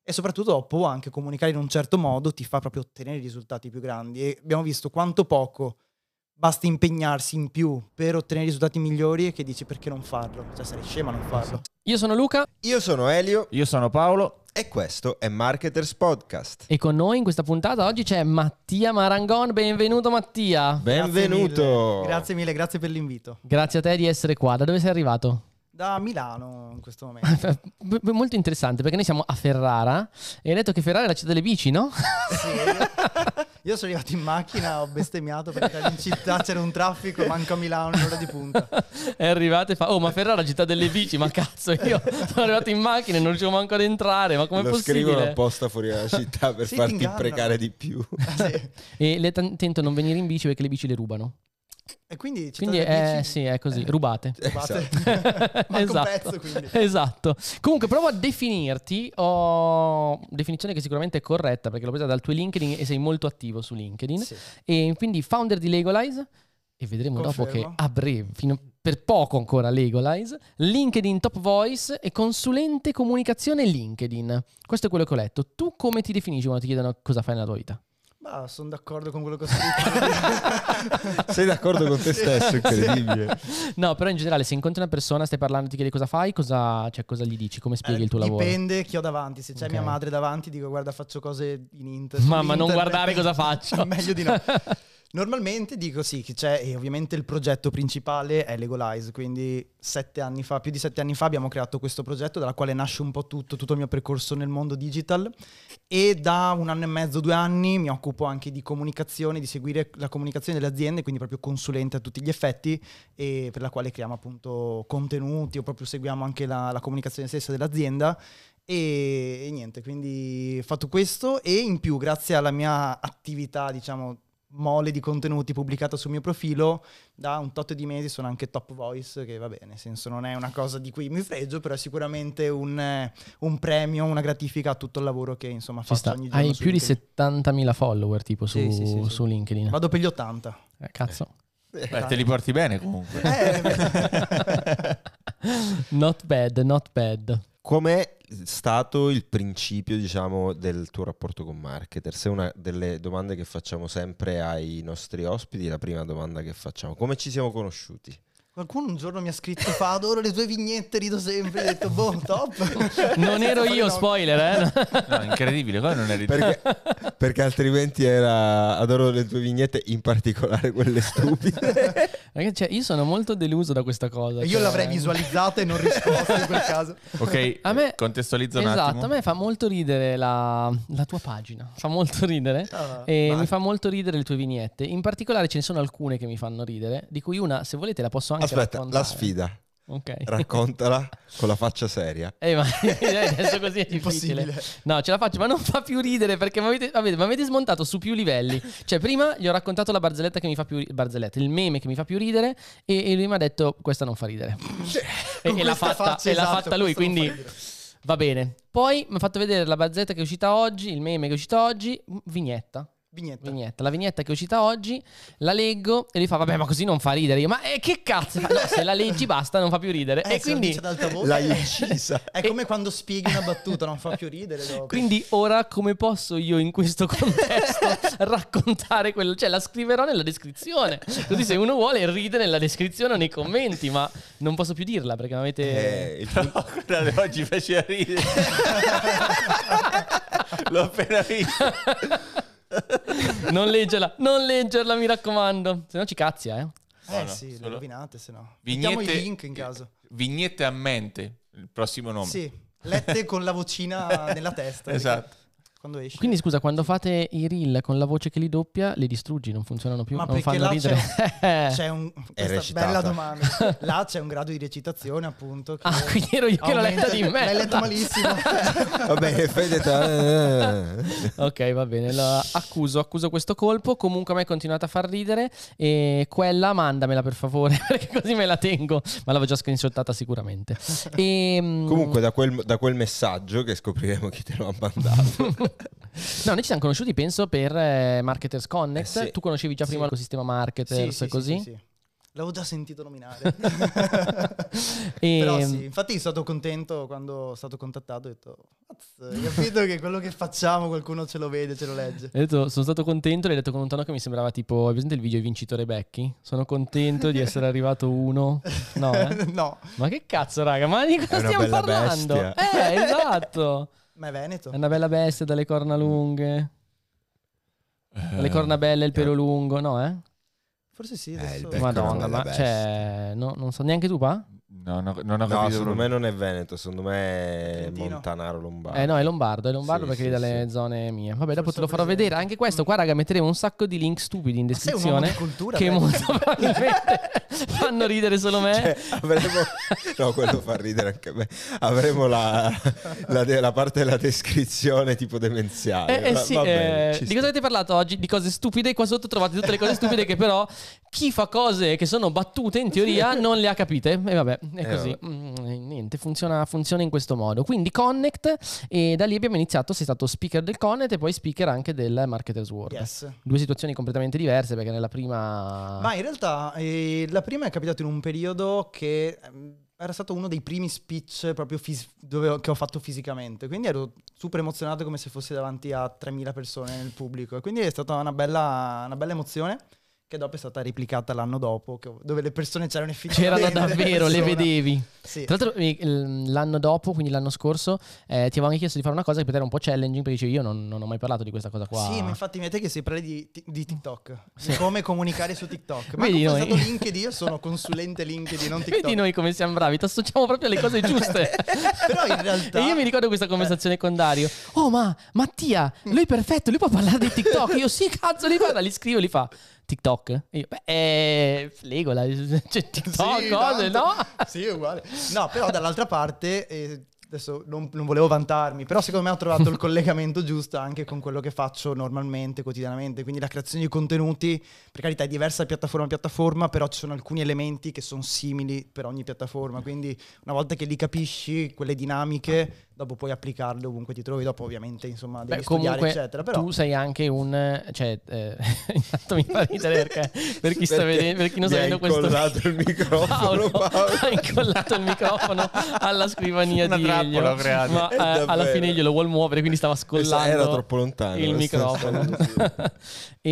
e soprattutto dopo anche comunicare in un certo modo ti fa proprio ottenere risultati più grandi, e abbiamo visto quanto poco basta impegnarsi in più per ottenere risultati migliori, e che dici perché non farlo, cioè sarei scema a non farlo. Io sono Luca. Io sono Elio. Io sono Paolo. E questo è Marketers Podcast. E con noi in questa puntata oggi c'è Mattia Marangon. Benvenuto Mattia. Benvenuto. Grazie mille, grazie per l'invito. Grazie a te di essere qua. Da dove sei arrivato? Da Milano in questo momento. Molto interessante, perché noi siamo a Ferrara e hai detto che Ferrara è la città delle bici, no? Sì. Io sono arrivato in macchina, ho bestemmiato perché in città c'era un traffico, manco a Milano un'ora di punta. È arrivato e fa: oh, ma Ferrara è la città delle bici, ma cazzo, io sono arrivato in macchina e non riuscivo manco ad entrare, ma com'è Lo possibile? scrivono apposta fuori dalla città per Sì, farti ti ingannano. imprecare di più. Sì. E le tento non venire in bici perché le bici le rubano. E quindi Quindi è, sì, è così, rubate. rubate. Esatto. Manco un pezzo, quindi. Esatto. Comunque provo a definirti. Ho definizione che sicuramente è corretta perché l'ho presa dal tuo LinkedIn e sei molto attivo su LinkedIn. Sì. E quindi founder di Legolize, e vedremo dopo che Confermo. a breve, per poco ancora Legolize, LinkedIn Top Voice e consulente comunicazione LinkedIn. Questo è quello che ho letto. Tu come ti definisci quando ti chiedono cosa fai nella tua vita? Ma sono d'accordo con quello che ho scritto. Sei d'accordo con te stesso? Incredibile. No, però in generale se incontri una persona, stai parlando, ti chiedi cosa fai, cosa gli dici, come spieghi il tuo lavoro? Dipende chi ho davanti. Se c'è Ok. mia madre davanti, dico guarda faccio cose in Mamma, non sull'internet. guardare cosa faccio. Meglio di no. Normalmente dico sì, che c'è, e ovviamente il progetto principale è Legolize, quindi più di 7 anni fa abbiamo creato questo progetto dalla quale nasce un po' tutto il mio percorso nel mondo digital, e da 1 anno e mezzo, 2 anni mi occupo anche di comunicazione, di seguire la comunicazione delle aziende, quindi proprio consulente a tutti gli effetti, e per la quale creiamo appunto contenuti o proprio seguiamo anche la comunicazione stessa dell'azienda. E niente, quindi ho fatto questo, e in più grazie alla mia attività, diciamo, mole di contenuti pubblicata sul mio profilo, da un tot di mesi sono anche Top Voice, che va bene, nel senso non è una cosa di cui mi fregio, però è sicuramente un premio, una gratifica a tutto il lavoro che insomma Ci faccio sta. ogni giorno. Hai su più di LinkedIn. 70.000 follower tipo su, Sì. su LinkedIn. Vado per gli 80. Cazzo. Beh, te li porti bene comunque. Not bad. Com'è stato il principio, diciamo, del tuo rapporto con marketers? È una delle domande che facciamo sempre ai nostri ospiti, la prima domanda che facciamo. Come ci siamo conosciuti? Qualcuno un giorno mi ha scritto fa adoro le tue vignette, rido sempre, ho detto boh, top. Non ero io, spoiler, No, incredibile, come non eri Perché altrimenti era adoro le tue vignette, in particolare quelle stupide. Ragazzi, cioè, io sono molto deluso da questa cosa. Io cioè- l'avrei visualizzata e non risposto in quel caso. Ok, A me- contestualizza un Esatto, attimo. a me fa molto ridere la tua pagina, fa molto ridere. E ma- mi fa molto ridere le tue vignette. In particolare ce ne sono alcune che mi fanno ridere, di cui una, se volete, la posso anche Aspetta, raccontare. la sfida. Ok. Raccontala con la faccia seria. Ma adesso così è difficile. Impossibile. No, ce la faccio, ma non fa più ridere perché mi avete smontato su più livelli. Cioè, prima gli ho raccontato la barzelletta che mi fa più barzelletta, il meme che mi fa più ridere, e lui mi ha detto questa non fa ridere. Con e l'ha questa fatta, faccia, e l'ha esatto, fatta lui, questo non quindi fa ridere. va bene. Poi mi ha fatto vedere la barzelletta che è uscita oggi, il meme che è uscito oggi, vignetta. Vignetta. La vignetta che è uscita oggi, la leggo e lui fa vabbè, ma così non fa ridere. Io, ma che cazzo? No, se la leggi basta, non fa più ridere. E Se lo quindi dice ad alta voce, L'hai uccisa. è come quando spieghi una battuta, non fa più ridere dopo. Quindi ora come posso io in questo contesto raccontare quello? Cioè la scriverò nella descrizione, così se uno vuole ride nella descrizione o nei commenti, ma non posso più dirla perché mi avete... Il Però quella di oggi faceva ridere. L'ho appena visto. Non leggerla mi raccomando, se no ci cazzia, No, Sì, le solo- rovinate se no. Mettiamo i link in caso. Vignette a mente, il prossimo nome. Sì, lette con la vocina nella testa. Esatto. Quando esci. Quindi scusa, quando fate i reel con la voce che li doppia, li distruggi, non funzionano più, Ma non perché fanno là ridere. c'è un... Questa recitata. bella domanda. Là c'è un grado di recitazione, appunto. Che Ah, quindi ero io che l'ho letta di me. L'hai letto malissimo. Vabbè, fai Ok, va bene, accuso questo colpo. Comunque a me è continuata a far ridere. E quella mandamela per favore, perché così me la tengo. Ma l'avevo già screenshottata sicuramente. Comunque da quel messaggio che scopriremo chi te lo ha mandato. No, noi ci siamo conosciuti penso per Marketers Connect. Sì. Tu conoscevi già prima Sì. l'ecosistema Marketers e così? Sì. L'avevo già sentito nominare. E- Però sì, infatti sono stato contento quando sono stato contattato. Ho detto, hai capito che quello che facciamo qualcuno ce lo vede, ce lo legge. Hai detto, sono stato contento, l'hai detto con un tono che mi sembrava tipo, hai presente il video vincitore Becchi? Sono contento di essere arrivato uno. No, No, Ma che cazzo, raga? Ma di cosa È una stiamo bella parlando? bestia. Esatto. ma è Veneto. È una bella bestia dalle corna lunghe. Dalle corna belle, il pelo lungo, no, eh? Forse sì, il adesso... becco. Madonna, è una ma bella cioè, non so neanche tu, pa? Non ho No, capito secondo proprio. me non è Veneto, secondo me è Trentino. Montanaro Lombardo. No, è Lombardo Sì, perché sì, è dalle sì. zone mie. Vabbè, dopo Forse te lo ho farò presente. vedere. Anche questo, qua, raga, metteremo un sacco di link stupidi in Ma sei un uomo descrizione. di cultura, Che Becchi. molto probabilmente fanno ridere solo me. Cioè, avremo... No, quello fa ridere anche me. Avremo la parte della descrizione tipo demenziale. Sì, Va bene, ci di sta. cosa avete parlato oggi? Di cose stupide. Qua sotto trovate tutte le cose stupide che però chi fa cose che sono battute in teoria non le ha capite. E vabbè, è così. Niente, funziona in questo modo. Quindi Connect, e da lì abbiamo iniziato. Sei stato speaker del Connect e poi speaker anche del Marketers World. Yes. Due situazioni completamente diverse, perché nella prima... Ma in realtà la prima è capitato in un periodo che era stato uno dei primi speech proprio che ho fatto fisicamente, quindi ero super emozionato come se fossi davanti a 3.000 persone nel pubblico, e quindi è stata una bella emozione, che dopo è stata replicata l'anno dopo, dove le persone c'erano effettivamente. C'erano davvero, le persona. vedevi. Sì. Tra l'altro l'anno dopo, quindi l'anno scorso, ti avevo anche chiesto di fare una cosa che per te era un po' challenging, perché dicevi io non ho mai parlato di questa cosa qua. Sì, ma infatti mi te che si parla di TikTok, di come comunicare su TikTok. Ma Vedi come è noi? stato LinkedIn, io sono consulente LinkedIn, non TikTok. Vedi noi come siamo bravi, ti associamo proprio alle cose giuste. Però in realtà... E io mi ricordo questa conversazione con Dario. Oh, ma Mattia, lui è perfetto, lui può parlare di TikTok. Io sì, cazzo, li parla, li scrivo, li fa. TikTok? E io, Legola, cioè TikTok, Sì, cose, tanto. no? Sì, è uguale. No, però dall'altra parte, adesso non volevo vantarmi, però secondo me ho trovato il collegamento giusto anche con quello che faccio normalmente, quotidianamente. Quindi la creazione di contenuti, per carità, è diversa piattaforma a piattaforma, però ci sono alcuni elementi che sono simili per ogni piattaforma. Quindi una volta che li capisci, quelle dinamiche, dopo puoi applicarle ovunque ti trovi. Dopo ovviamente, insomma, devi studiare, comunque, eccetera. Però... tu sei anche un... Cioè, intanto mi fa ridere perché per chi sta vedendo, per chi non sta vedendo questo... Ha incollato il microfono, Paolo. ha incollato il microfono alla scrivania Una di trappola Elio, ho creato. ma Davvero. alla fine glielo vuol muovere, quindi stava scollando Era troppo lontano. il microfono. Sì.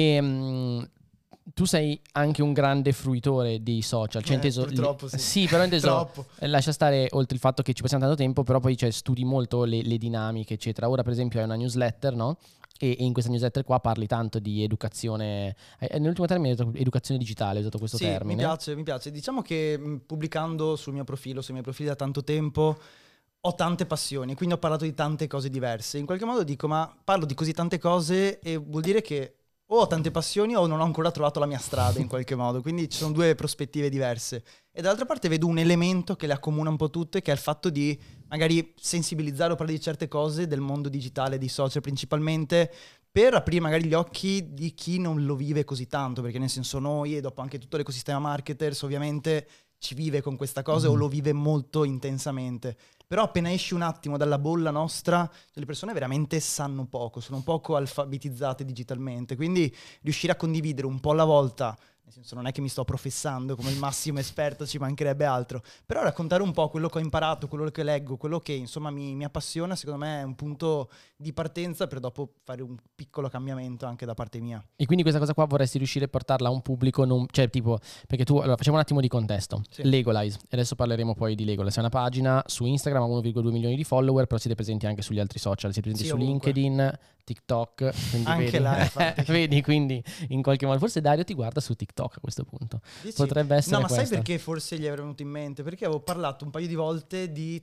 E tu sei anche un grande fruitore dei social, cioè inteso purtroppo sì. Sì, però inteso Troppo. lascia stare, oltre il fatto che ci passiamo tanto tempo, però poi cioè, studi molto le dinamiche, eccetera. Ora per esempio hai una newsletter, no? E in questa newsletter qua parli tanto di educazione, nell'ultimo termine hai detto educazione digitale, hai usato questo Sì, termine. mi piace. Diciamo che pubblicando sui miei profili da tanto tempo, ho tante passioni, quindi ho parlato di tante cose diverse. In qualche modo dico, ma parlo di così tante cose e vuol dire che o ho tante passioni o non ho ancora trovato la mia strada in qualche modo. Quindi ci sono due prospettive diverse. E dall'altra parte vedo un elemento che le accomuna un po' tutte, che è il fatto di magari sensibilizzare o parlare di certe cose del mondo digitale, di social principalmente, per aprire magari gli occhi di chi non lo vive così tanto, perché nel senso noi e dopo anche tutto l'ecosistema marketers ovviamente ci vive con questa cosa o lo vive molto intensamente. Però appena esci un attimo dalla bolla nostra, le persone veramente sanno poco, sono poco alfabetizzate digitalmente, quindi riuscire a condividere un po' alla volta, nel senso non è che mi sto professando come il massimo esperto, ci mancherebbe altro, però raccontare un po' quello che ho imparato, quello che leggo, quello che insomma mi appassiona, secondo me è un punto di partenza per dopo fare un piccolo cambiamento anche da parte mia. E quindi questa cosa qua vorresti riuscire a portarla a un pubblico, cioè tipo, perché tu, allora facciamo un attimo di contesto. Sì. Legolize, e adesso parleremo poi di Legolize, è una pagina su Instagram, ha 1,2 milioni di follower, però siete presenti anche sugli altri social, siete presenti Sì, su ovunque. LinkedIn, TikTok, quindi Anche vedi, là, infatti. vedi, quindi in qualche modo, forse Dario ti guarda su TikTok a questo punto. Dici? Potrebbe essere No, ma questa. sai perché forse gli è venuto in mente? Perché avevo parlato un paio di volte di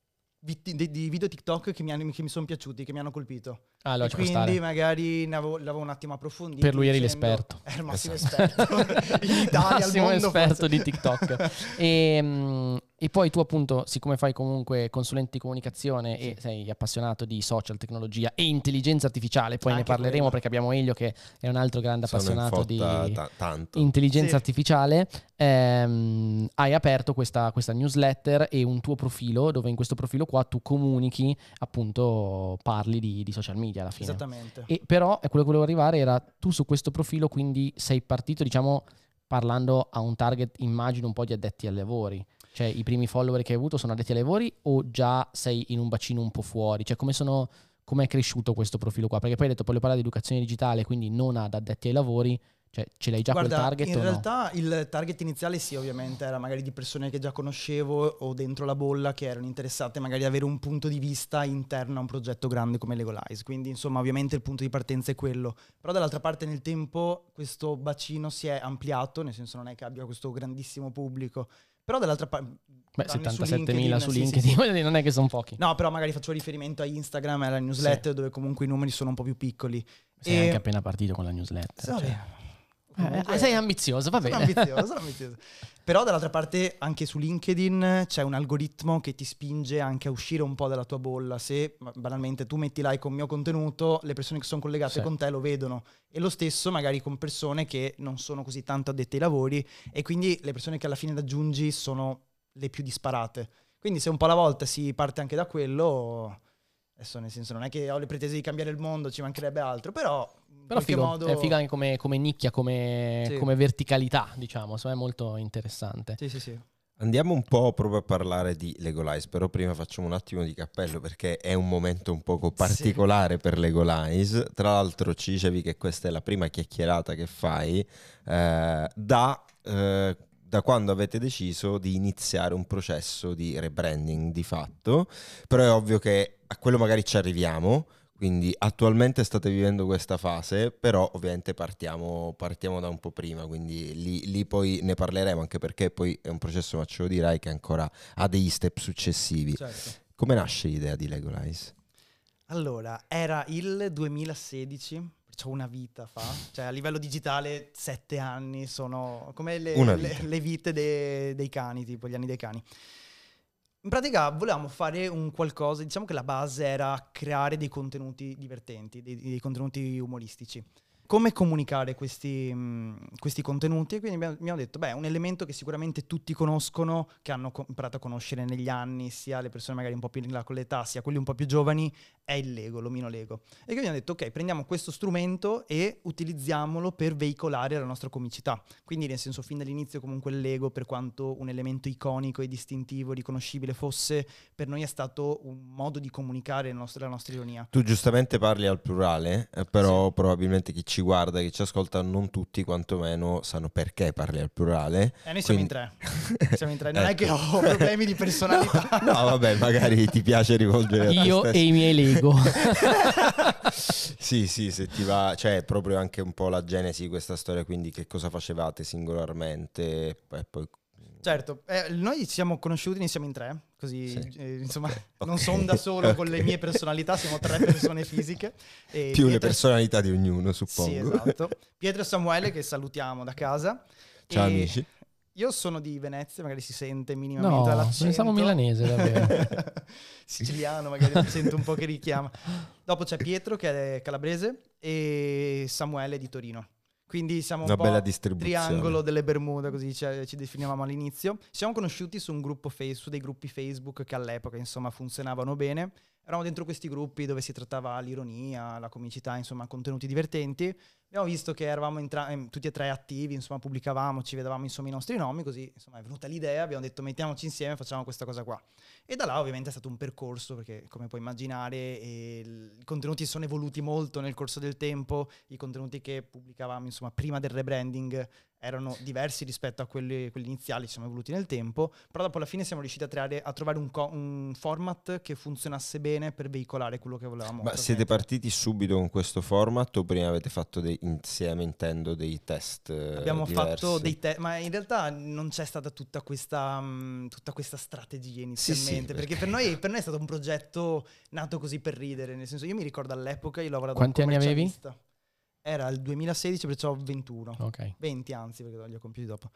video TikTok che mi sono piaciuti, che mi hanno colpito. Ah, allora E ci può quindi stare. magari l'avevo un attimo approfondito. Per lui eri dicendo- l'esperto. Era il massimo Esatto. esperto in Italia, al Massimo mondo. esperto forse. di TikTok. E poi tu appunto, siccome fai comunque consulente di comunicazione e sei appassionato di social, tecnologia e intelligenza artificiale, poi ne Anche parleremo quello. perché abbiamo Elio che è un altro grande Sono in appassionato di fotta tanto. intelligenza Sì. artificiale, hai aperto questa newsletter e un tuo profilo dove in questo profilo qua tu comunichi, appunto parli di social media alla fine. Esattamente. E però quello che volevo arrivare era tu su questo profilo, quindi sei partito diciamo parlando a un target, immagino, un po' di addetti ai lavori. Cioè, i primi follower che hai avuto sono addetti ai lavori o già sei in un bacino un po' fuori? Cioè, come è cresciuto questo profilo qua? Perché poi hai detto, voglio parlare di educazione digitale, quindi non ad addetti ai lavori. Cioè, ce l'hai già quel target in o no? realtà il target iniziale sì, ovviamente, era magari di persone che già conoscevo o dentro la bolla che erano interessate magari ad avere un punto di vista interno a un progetto grande come Legolize. Quindi, insomma, ovviamente il punto di partenza è quello. Però dall'altra parte nel tempo questo bacino si è ampliato, nel senso non è che abbia questo grandissimo pubblico. Però dall'altra parte... Beh, 77.000 su LinkedIn, sì. Non è che sono pochi. No, però magari faccio riferimento a Instagram e alla newsletter, dove comunque i numeri sono un po' più piccoli. Sei anche appena partito con la newsletter. Cioè. Sei ambizioso, va bene. Sono ambizioso. Però dall'altra parte anche su LinkedIn c'è un algoritmo che ti spinge anche a uscire un po' dalla tua bolla. Se banalmente tu metti like a un mio contenuto, le persone che sono collegate con te lo vedono. E lo stesso magari con persone che non sono così tanto addette ai lavori, e quindi le persone che alla fine aggiungi sono le più disparate. Quindi se un po' alla volta si parte anche da quello, adesso nel senso non è che ho le pretese di cambiare il mondo, ci mancherebbe altro, però modo... è figa anche come nicchia, come verticalità, diciamo, è molto interessante. Sì. Andiamo un po' proprio a parlare di Legolize, però prima facciamo un attimo di cappello perché è un momento un poco particolare per Legolize. Tra l'altro ci dicevi che questa è la prima chiacchierata che fai da quando avete deciso di iniziare un processo di rebranding di fatto, però è ovvio che a quello magari ci arriviamo. Quindi attualmente state vivendo questa fase, però ovviamente partiamo da un po' prima, quindi lì poi ne parleremo, anche perché poi è un processo, ma ce lo dirai, che ancora ha degli step successivi. Certo. Come nasce l'idea di Legolize? Allora, era il 2016, cioè una vita fa, cioè a livello digitale 7 anni sono come le vite dei cani, tipo gli anni dei cani. In pratica volevamo fare un qualcosa, diciamo che la base era creare dei contenuti divertenti, dei contenuti umoristici. Come comunicare questi contenuti? E quindi abbiamo detto, un elemento che sicuramente tutti conoscono, che hanno imparato a conoscere negli anni, sia le persone magari un po' più in là con l'età, sia quelli un po' più giovani, è il Lego, l'omino Lego. E quindi abbiamo detto, ok, prendiamo questo strumento e utilizziamolo per veicolare la nostra comicità. Quindi nel senso, fin dall'inizio comunque il Lego, per quanto un elemento iconico e distintivo, riconoscibile fosse, per noi è stato un modo di comunicare la nostra ironia. Tu giustamente parli al plurale, però probabilmente chi ci guarda, chi ci ascolta, non tutti quantomeno sanno perché parli al plurale. Noi siamo in tre. Non è che ho problemi di personalità. No, vabbè, magari ti piace rivolgere a te io stesso. E i miei Lego. Sì, se ti va, cioè proprio anche un po' la genesi di questa storia, quindi che cosa facevate singolarmente e poi... Certo, noi ci siamo conosciuti, ne siamo in 3, così insomma Okay. non sono da solo con le mie personalità, siamo 3 persone fisiche. E più le personalità di ognuno, suppongo. Sì, esatto. Pietro e Samuele, che salutiamo da casa. Ciao amici. Io sono di Venezia, magari si sente minimamente No, l'accento. pensavo milanese, davvero. Siciliano, magari l'accento un po' che richiama. Dopo c'è Pietro, che è calabrese, e Samuele di Torino. Quindi siamo una un bella po' distribuzione. triangolo delle Bermuda, così ci definivamo all'inizio. Ci siamo conosciuti su un gruppo su dei gruppi Facebook che all'epoca insomma funzionavano bene. Eravamo dentro questi gruppi dove si trattava l'ironia, la comicità, insomma contenuti divertenti. Abbiamo visto che eravamo tutti e 3 attivi, insomma pubblicavamo, ci vedevamo insomma i nostri nomi, così insomma è venuta l'idea, abbiamo detto mettiamoci insieme e facciamo questa cosa qua. E da là ovviamente è stato un percorso, perché come puoi immaginare i contenuti sono evoluti molto nel corso del tempo, i contenuti che pubblicavamo insomma prima del rebranding erano diversi rispetto a quelli iniziali, ci siamo evoluti nel tempo, però dopo alla fine siamo riusciti a trovare un format che funzionasse bene per veicolare quello che volevamo. Ma siete partiti subito con questo format o prima avete fatto insieme, intendo, dei test? Abbiamo diversi? fatto dei test, ma in realtà non c'è stata tutta questa strategia inizialmente, Sì, perché per noi è stato un progetto nato così per ridere, nel senso io mi ricordo all'epoca io lavoravo Quanti come anni avevi? commercialista. Era il 2016, perciò ho 21. Ok. 20 anzi, perché li ho compiuti dopo.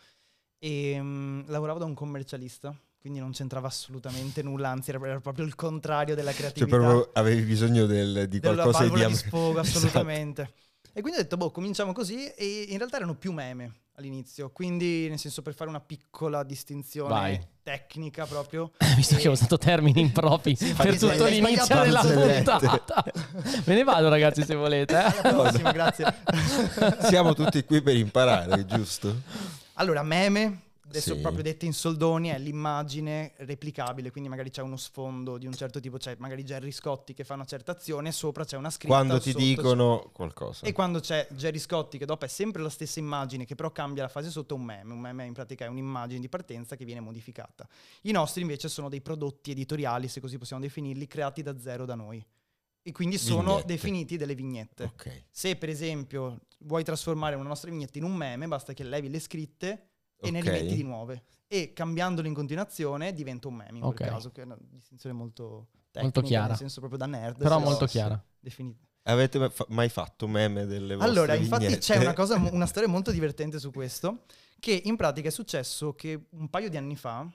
E lavoravo da un commercialista, quindi non c'entrava assolutamente nulla, anzi era proprio il contrario della Cioè creatività. proprio avevi bisogno di della qualcosa valvola di Esatto. sfogo, assolutamente. E quindi ho detto, cominciamo così, e in realtà erano più meme all'inizio, quindi nel senso per fare una piccola distinzione Vai. tecnica proprio. Visto che ho usato termini impropri per infatti tutto hai l'inizio sbagliato della barzellette. puntata. Me ne vado ragazzi se volete. Alla prossima, grazie. Siamo tutti qui per imparare, giusto? Allora, meme, adesso Sì. proprio dette in soldoni, è l'immagine replicabile, quindi magari c'è uno sfondo di un certo tipo, c'è magari Gerry Scotti che fa una certa azione, sopra c'è una scritta. Quando ti sotto c'è- dicono qualcosa. E quando c'è Gerry Scotti che dopo è sempre la stessa immagine, che però cambia la fase sotto, è un meme. Un meme in pratica è un'immagine di partenza che viene modificata. I nostri invece sono dei prodotti editoriali, se così possiamo definirli, creati da zero da noi. E quindi sono Vignette. definiti delle vignette. Ok. Se per esempio vuoi trasformare una nostra vignetta in un meme, basta che levi le scritte e ne Ok. rimetti di nuove. E cambiandolo in continuazione diventa un meme in Ok. quel caso, che è una distinzione molto tecnica, chiara. nel senso proprio da nerd. Però però molto sì. chiara. definita. Avete mai fatto meme delle vostre Allora, infatti vignette? c'è una storia molto divertente su questo, che in pratica è successo che un paio di anni fa,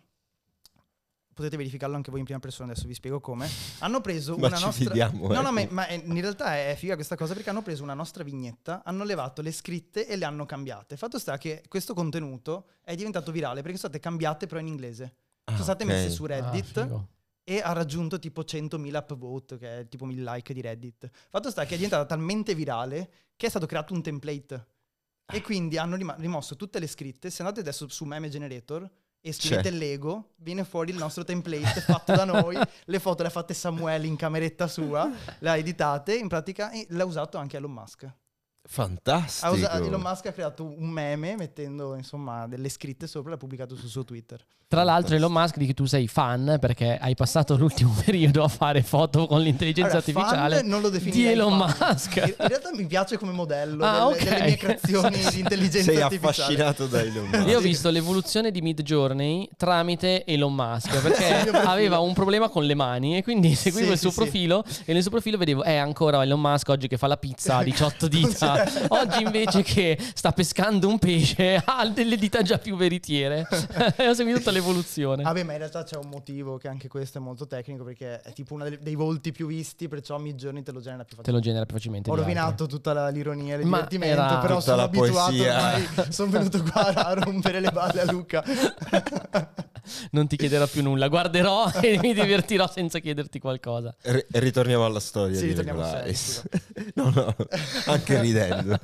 potete verificarlo anche voi in prima persona, adesso vi spiego come, hanno preso Ma una ci nostra... fidiamo, No, no, eh. ma in realtà è figa questa cosa perché hanno preso una nostra vignetta, hanno levato le scritte e le hanno cambiate. Fatto sta che questo contenuto è diventato virale perché sono state cambiate però in inglese. Ah, Sono state ok. messe su Reddit. Ah, figo. E ha raggiunto tipo 100.000 upvote, che è tipo 1000 like di Reddit. Fatto sta che è diventata talmente virale che è stato creato un template. E quindi hanno rimosso tutte le scritte. Se andate adesso su Meme Generator e scrivete C'è. Lego, viene fuori il nostro template fatto da noi. Le foto le ha fatte Samuele in cameretta sua, le ha editate in pratica e l'ha usato anche Elon Musk. Fantastico. Elon Musk ha creato un meme mettendo insomma delle scritte sopra e l'ha pubblicato sul suo Twitter. Tra l'altro Elon Musk di che tu sei fan perché hai passato l'ultimo periodo a fare foto con l'intelligenza Allora, artificiale fan non lo di definirei Elon fan. Musk. In realtà mi piace come modello Ah, ok. delle mie creazioni di intelligenza Sei artificiale. affascinato da Elon Musk. Io ho visto l'evoluzione di Midjourney tramite Elon Musk perché Il mio profilo. aveva un problema con le mani e quindi seguivo Sì, il suo sì, profilo e nel suo profilo vedevo ancora Elon Musk oggi che fa la pizza a 18 dita, oggi invece che sta pescando un pesce ha delle dita già più veritiere. E ho seguito tutta l'evoluzione. Vabbè, ma in realtà c'è un motivo che anche questo è molto tecnico perché è tipo uno dei volti più visti, perciò Midjourney te lo genera più Te facilmente. lo genera più facilmente. Ho di rovinato altri. tutta l'ironia e il Ma divertimento, era però tutta sono la abituato poesia. ormai, sono venuto qua a rompere le balle a Luca. Non ti chiederò più nulla, guarderò e mi divertirò senza chiederti qualcosa. Ritorniamo alla storia Sì, di ritorniamo Regulais. seri, No, anche ridendo.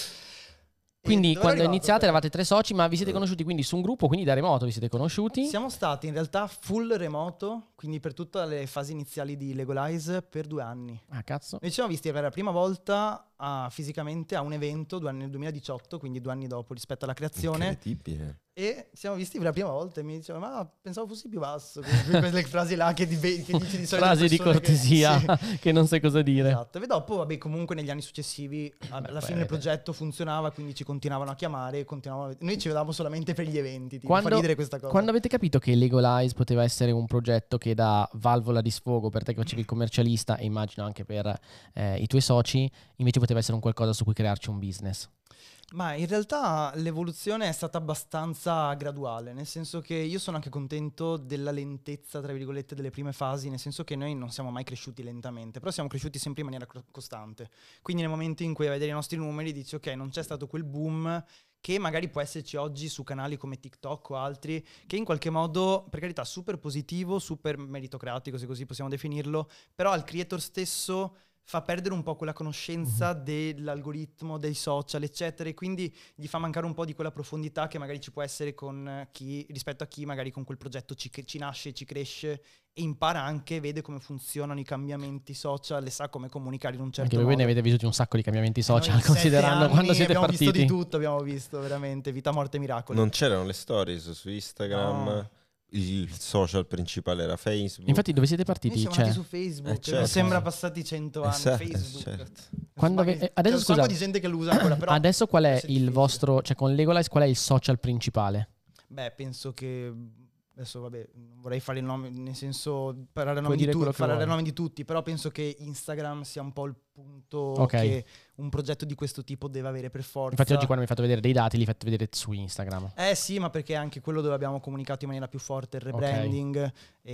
Quindi dove quando ero arrivato? iniziate eravate 3 soci, ma vi siete conosciuti quindi su un gruppo, quindi da remoto vi siete conosciuti? Siamo stati in realtà full remoto, quindi per tutte le fasi iniziali di Legolize per 2 anni. Ah, cazzo. Noi ci siamo visti per la prima volta fisicamente a un evento nel 2018, quindi 2 anni dopo rispetto alla creazione. Incredibile. E siamo visti per la prima volta e mi diceva ma pensavo fossi più basso. Quelle frasi là che dici di solito Frasi di persone cortesia sì. che non sai cosa dire. Esatto. E dopo, vabbè, comunque negli anni successivi alla fine il progetto funzionava, quindi ci continuavano a chiamare, noi ci vedevamo solamente per gli eventi, fa ridere questa cosa. Quando avete capito che Legolize poteva essere un progetto che da valvola di sfogo per te che facevi il commercialista e immagino anche per i tuoi soci, invece poteva essere un qualcosa su cui crearci un business? Ma in realtà l'evoluzione è stata abbastanza graduale, nel senso che io sono anche contento della lentezza, tra virgolette, delle prime fasi, nel senso che noi non siamo mai cresciuti lentamente, però siamo cresciuti sempre in maniera costante. Quindi nel momento in cui vai a vedere i nostri numeri dici ok, non c'è stato quel boom che magari può esserci oggi su canali come TikTok o altri, che in qualche modo, per carità, super positivo, super meritocratico, se così possiamo definirlo, però al creator stesso fa perdere un po' quella conoscenza dell'algoritmo, dei social, eccetera, e quindi gli fa mancare un po' di quella profondità che magari ci può essere con chi, rispetto a chi magari con quel progetto ci nasce, ci cresce e impara anche, vede come funzionano i cambiamenti social e sa come comunicare in un certo Anche voi modo. ne avete vissuti un sacco di cambiamenti social, Noi in 7 considerando anni quando siete abbiamo partiti. visto di tutto, abbiamo visto veramente vita, morte, miracoli. Non c'erano le stories su Instagram, No. il social principale era Facebook. Infatti dove siete Noi partiti? siamo Cioè, nati su Facebook, certo. mi sembra passati 100 anni, Certo, Facebook. certo. Quando Insomma, ave- adesso c'è un sacco scusa. di gente che lo usa ancora, però adesso qual è forse il difficile. vostro, cioè con Legolize qual è il social principale? Beh, penso che adesso vabbè, non vorrei fare il nome, nel senso parlare a Puoi nome di dire quello che parlare a vuoi. nome di tutti, però penso che Instagram sia un po' il punto Ok. che un progetto di questo tipo deve avere per forza. Infatti oggi quando mi hai fatto vedere dei dati li hai fatti vedere su Instagram. Sì, ma perché è anche quello dove abbiamo comunicato in maniera più forte il rebranding.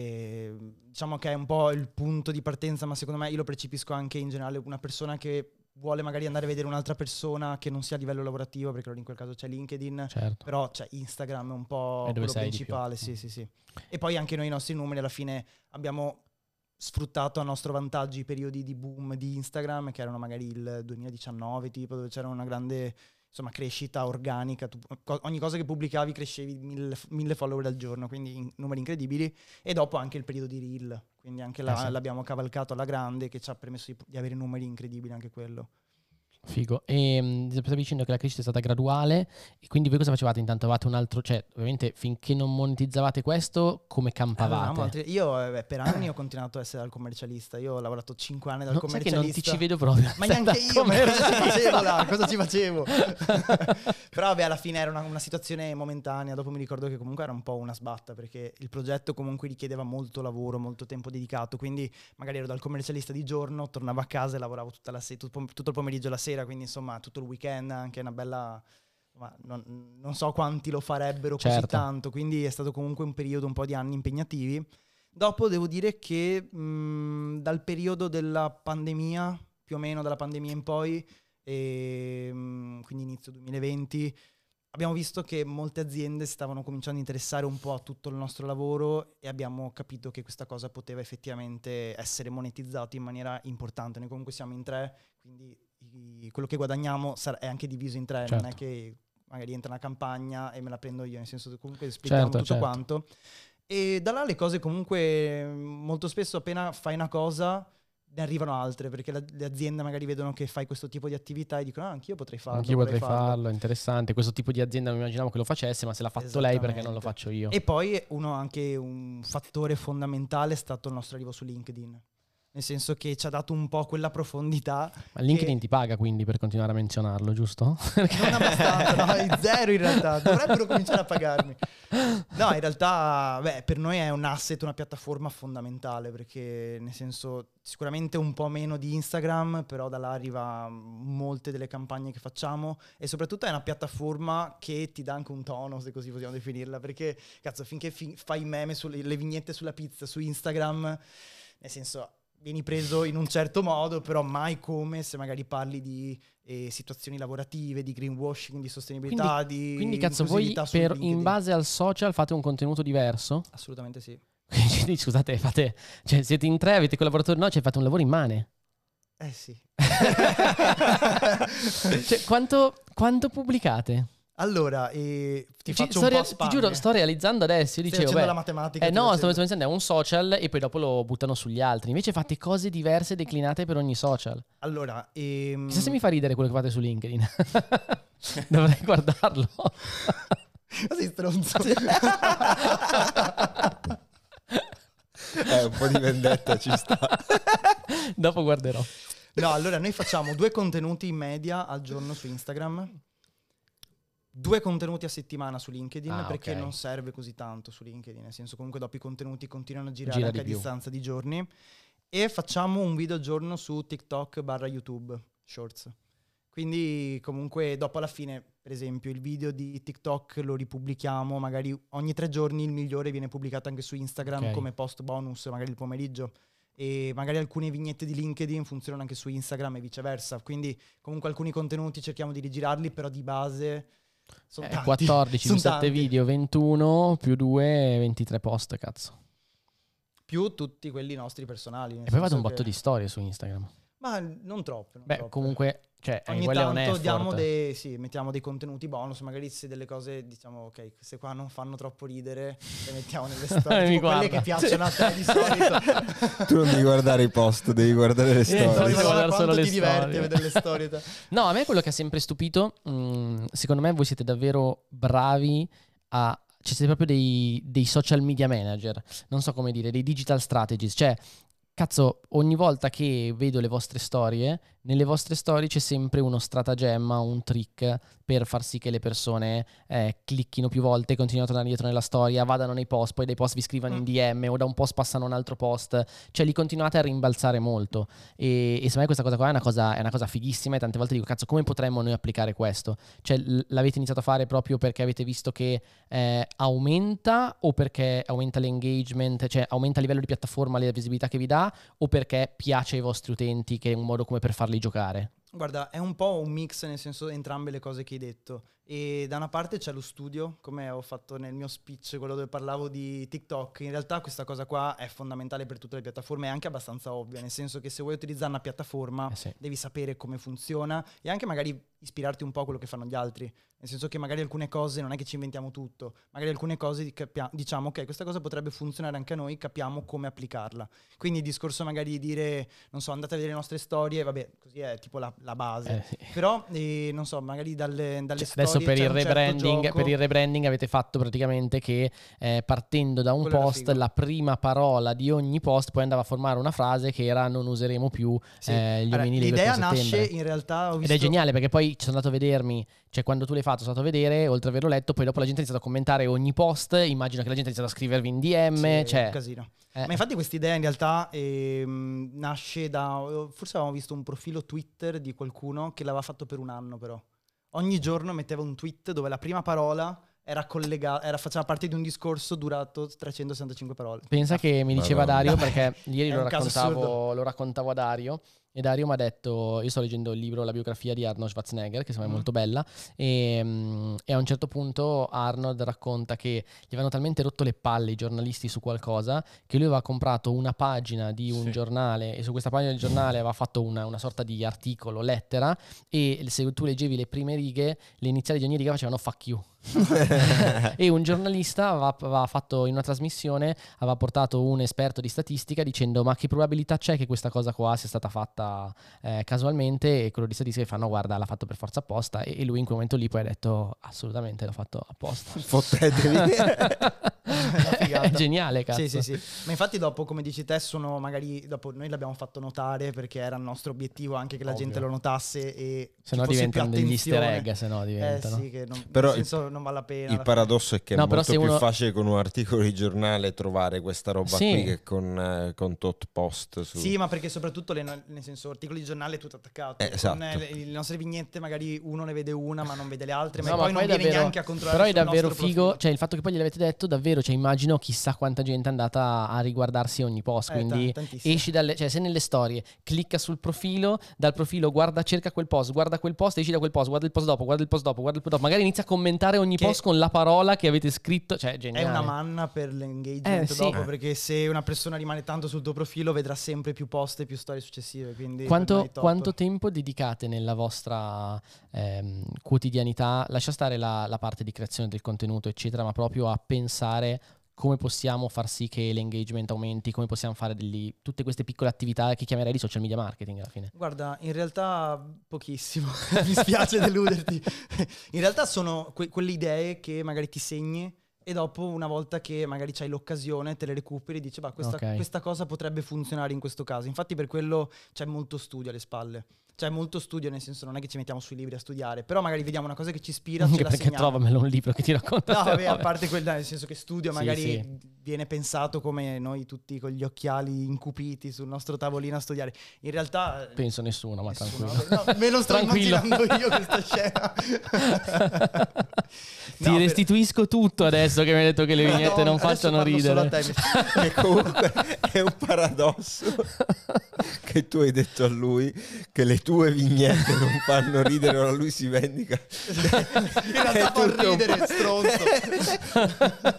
E diciamo che è un po' il punto di partenza, ma secondo me io lo percepisco anche in generale una persona che vuole magari andare a vedere un'altra persona che non sia a livello lavorativo, perché in quel caso c'è LinkedIn, Certo. però c'è Instagram, è un po' È dove quello sei di principale, più. sì. E poi anche noi i nostri numeri alla fine abbiamo sfruttato a nostro vantaggio i periodi di boom di Instagram, che erano magari il 2019 tipo, dove c'era una grande insomma crescita organica, ogni cosa che pubblicavi crescevi 1000 follower al giorno, quindi numeri incredibili. E dopo anche il periodo di Reel, quindi anche l'abbiamo cavalcato alla grande, che ci ha permesso di avere numeri incredibili anche quello. Figo. E stavi dicendo che la crescita è stata graduale, e quindi voi cosa facevate intanto? Avevate un altro, cioè ovviamente finché non monetizzavate questo, come campavate? Io per anni ho continuato a essere al commercialista. Io ho lavorato 5 anni dal Sai che commercialista. non ti ci vedo proprio. Ma neanche io, ma cosa ci facevo là? Cosa ci facevo? Però vabbè, alla fine era una situazione momentanea. Dopo mi ricordo che comunque era un po' una sbatta, perché il progetto comunque richiedeva molto lavoro, molto tempo dedicato. Quindi magari ero dal commercialista di giorno, tornavo a casa e lavoravo tutto il pomeriggio e la sera. Quindi insomma tutto il weekend, anche una bella... Ma non so quanti lo farebbero così tanto. Quindi è stato comunque un periodo, un po' di anni impegnativi. Dopo devo dire che dal periodo della pandemia, più o meno dalla pandemia in poi, quindi inizio 2020, abbiamo visto che molte aziende stavano cominciando a interessare un po' a tutto il nostro lavoro, e abbiamo capito che questa cosa poteva effettivamente essere monetizzata in maniera importante. Noi comunque siamo in 3, quindi quello che guadagniamo è anche diviso in 3, non è che magari entra una campagna e me la prendo io, nel senso che comunque splittiamo tutto quanto. E da là le cose comunque molto spesso, appena fai una cosa ne arrivano altre, perché le aziende magari vedono che fai questo tipo di attività e dicono anch'io potrei farlo. Anch'io potrei farlo, interessante. Questo tipo di azienda non immaginavo che lo facesse, ma se l'ha fatto lei, perché non lo faccio io? E poi anche un fattore fondamentale è stato il nostro arrivo su LinkedIn. Nel senso che ci ha dato un po' quella profondità. Ma LinkedIn ti paga quindi per continuare a menzionarlo, giusto? Non abbastanza, no, zero in realtà. Dovrebbero cominciare a pagarmi. No, in realtà per noi è un asset, una piattaforma fondamentale, perché nel senso sicuramente un po' meno di Instagram, però da là arriva molte delle campagne che facciamo, e soprattutto è una piattaforma che ti dà anche un tono, se così possiamo definirla, perché cazzo, finché fai meme le vignette sulla pizza su Instagram, nel senso vieni preso in un certo modo, però mai come se magari parli di situazioni lavorative, di greenwashing, di sostenibilità, quindi cazzo, voi in base al social fate un contenuto diverso? Assolutamente sì. Quindi scusate, cioè siete in 3, avete collaboratori, no, cioè fate un lavoro immane. Sì. Cioè, quanto pubblicate? Allora, ti faccio un po' a ti giuro, sto realizzando adesso. Io dicevo, facendo la matematica. No, stavo pensando, è un social e poi dopo lo buttano sugli altri. Invece fate cose diverse, declinate per ogni social. Allora, chissà se mi fa ridere quello che fate su LinkedIn. Dovrei guardarlo. Sei stronzo. Un po' di vendetta ci sta. Dopo guarderò. No, allora noi facciamo 2 contenuti in media al giorno su Instagram, 2 contenuti a settimana su LinkedIn, perché non serve così tanto su LinkedIn, nel senso comunque dopo i contenuti continuano a girare anche a distanza di giorni, e facciamo un video al giorno su TikTok/YouTube Shorts. Quindi comunque dopo alla fine, per esempio, il video di TikTok lo ripubblichiamo, magari ogni 3 giorni il migliore viene pubblicato anche su Instagram come post bonus, magari il pomeriggio. E magari alcune vignette di LinkedIn funzionano anche su Instagram e viceversa. Quindi comunque alcuni contenuti cerchiamo di rigirarli, però di base sono tanti. 14 su 7 video, 21 più 2, 23 post, cazzo. Più tutti quelli nostri personali. E poi vado un botto di storie su Instagram. Ma non troppo. Comunque, cioè, ogni tanto mettiamo dei contenuti bonus, magari se delle cose diciamo ok, queste qua non fanno troppo ridere, le mettiamo nelle storie, tipo quelle che piacciono a te di solito. Tu non devi guardare i post, devi guardare le storie. Devi guardare solo le ti diverti a vedere le storie. No, a me quello che ha sempre stupito, secondo me voi siete davvero bravi siete proprio dei social media manager, non so come dire, dei digital strategies, cioè cazzo, ogni volta che vedo le vostre storie, nelle vostre storie c'è sempre uno stratagemma, un trick per far sì che le persone clicchino più volte, continuino a tornare dietro nella storia, vadano nei post, poi dai post vi scrivano in DM o da un post passano a un altro post, cioè li continuate a rimbalzare molto, e secondo me questa cosa qua è una cosa fighissima, e tante volte dico cazzo, come potremmo noi applicare questo? Cioè l'avete iniziato a fare proprio perché avete visto che aumenta, o perché aumenta l'engagement, cioè aumenta a livello di piattaforma la visibilità che vi dà, o perché piace ai vostri utenti, che è un modo come per farli giocare? Guarda, è un po' un mix, nel senso entrambe le cose che hai detto. e da una parte c'è lo studio, come ho fatto nel mio speech, quello dove parlavo di TikTok. In realtà questa cosa qua è fondamentale per tutte le piattaforme, è anche abbastanza ovvia, nel senso che se vuoi utilizzare una piattaforma Sì. devi sapere come funziona e anche magari ispirarti un po' a quello che fanno gli altri, nel senso che magari alcune cose non è che ci inventiamo tutto, magari alcune cose diciamo ok, questa cosa potrebbe funzionare anche a noi, capiamo come applicarla. Quindi il discorso magari di dire, non so, andate a vedere le nostre storie, vabbè, così è tipo la base. Sì. Però, non so, magari dalle Cioè, storie adesso per c'è il un certo rebranding, gioco. per il rebranding avete fatto praticamente che partendo da un Quello era post, figo. la prima parola di ogni post poi andava a formare una frase che era non useremo più Sì. gli Allora, omini l'idea con nasce settembre. in realtà, ho Ed visto... è geniale perché poi ci sono andato a vedermi, cioè quando tu l'hai fatto sono andato a vedere, oltre ad averlo letto, poi dopo la gente ha iniziato a commentare ogni post, immagino che la gente ha iniziato a scrivervi in DM, Sì, è cioè... un casino. Ma infatti questa idea in realtà nasce da... Forse avevamo visto un profilo Twitter di qualcuno che l'aveva fatto per un anno però. Ogni giorno metteva un tweet dove la prima parola era collegata, faceva parte di un discorso durato 365 parole. Pensa che mi diceva Madonna. Dario, perché ieri È un caso assurdo. lo raccontavo a Dario, e Dario mi ha detto, io sto leggendo il libro, la biografia di Arnold Schwarzenegger, che secondo me è molto bella, e a un certo punto Arnold racconta che gli avevano talmente rotto le palle i giornalisti su qualcosa, che lui aveva comprato una pagina di un giornale, e su questa pagina del giornale aveva fatto una sorta di articolo, lettera, e se tu leggevi le prime righe, le iniziali di ogni riga facevano fuck you. E un giornalista aveva fatto in una trasmissione, aveva portato un esperto di statistica dicendo ma che probabilità c'è che questa cosa qua sia stata fatta casualmente, e quello di statistica fa no guarda l'ha fatto per forza apposta, e lui in quel momento lì poi ha detto assolutamente l'ho fatto apposta. Fottetevi. È geniale, cazzo. Sì. Ma infatti dopo, come dici te, sono magari... Dopo noi l'abbiamo fatto notare perché era il nostro obiettivo anche che la gente lo notasse e Se no ci fosse più diventano degli easter attenzione. egg, se no diventano. Sì, che Però nel senso non vale la pena. Il paradosso è che No, è però molto se più uno- facile con un articolo di giornale trovare questa roba Sì. qui che con tot post su... Sì, ma perché soprattutto nel senso articoli di giornale è tutto attaccato. Esatto. Con le nostre vignette magari uno ne vede una ma non vede le altre, No, ma poi non viene davvero- neanche a controllare. però è sul davvero nostro figo, profilo. cioè il fatto che poi gliel'avete detto davvero, cioè immagino chissà quanta gente è andata a riguardarsi ogni post, quindi tantissimo. esci cioè se nelle storie clicca sul profilo, dal profilo cerca quel post, guarda quel post, esci da quel post, guarda il post dopo, guarda il post dopo, guarda il post dopo, magari inizia a commentare ogni Che- post con la parola che avete scritto, cioè È geniale. una manna per l'engagement sì. dopo, perché se una persona rimane tanto sul tuo profilo vedrà sempre più post e più storie successive. Quindi per noi è top. Quanto tempo dedicate nella vostra quotidianità, lascia stare la parte di creazione del contenuto eccetera, ma proprio a pensare come possiamo far sì che l'engagement aumenti, come possiamo fare tutte queste piccole attività che chiamerei di social media marketing alla fine? Guarda, in realtà pochissimo, mi spiace deluderti. In realtà sono quelle idee che magari ti segni e dopo una volta che magari c'hai l'occasione te le recuperi e dici Ok. questa cosa potrebbe funzionare in questo caso. Infatti per quello c'è molto studio alle spalle. C'è molto studio, nel senso non è che ci mettiamo sui libri a studiare, però magari vediamo una cosa che ci ispira, ce Anche la perché segniamo. trovamelo un libro che ti racconta. No, ste vabbè, a robe. parte quel, nel senso che studio Sì, magari sì. viene pensato come noi tutti con gli occhiali incupiti sul nostro tavolino a studiare. In realtà Penso nessuno, ma nessuno, tranquillo. vabbè, no, me lo sto Tranquillo. immaginando io questa scena. Ti No, restituisco tutto adesso che mi hai detto che le vignette Madonna, non adesso facciano parlo solo ridere. a te. Che comunque è un paradosso che tu hai detto a lui che le tue vignette non fanno ridere, ora lui si vendica. In realtà fa tutto un ridere, po'. stronzo.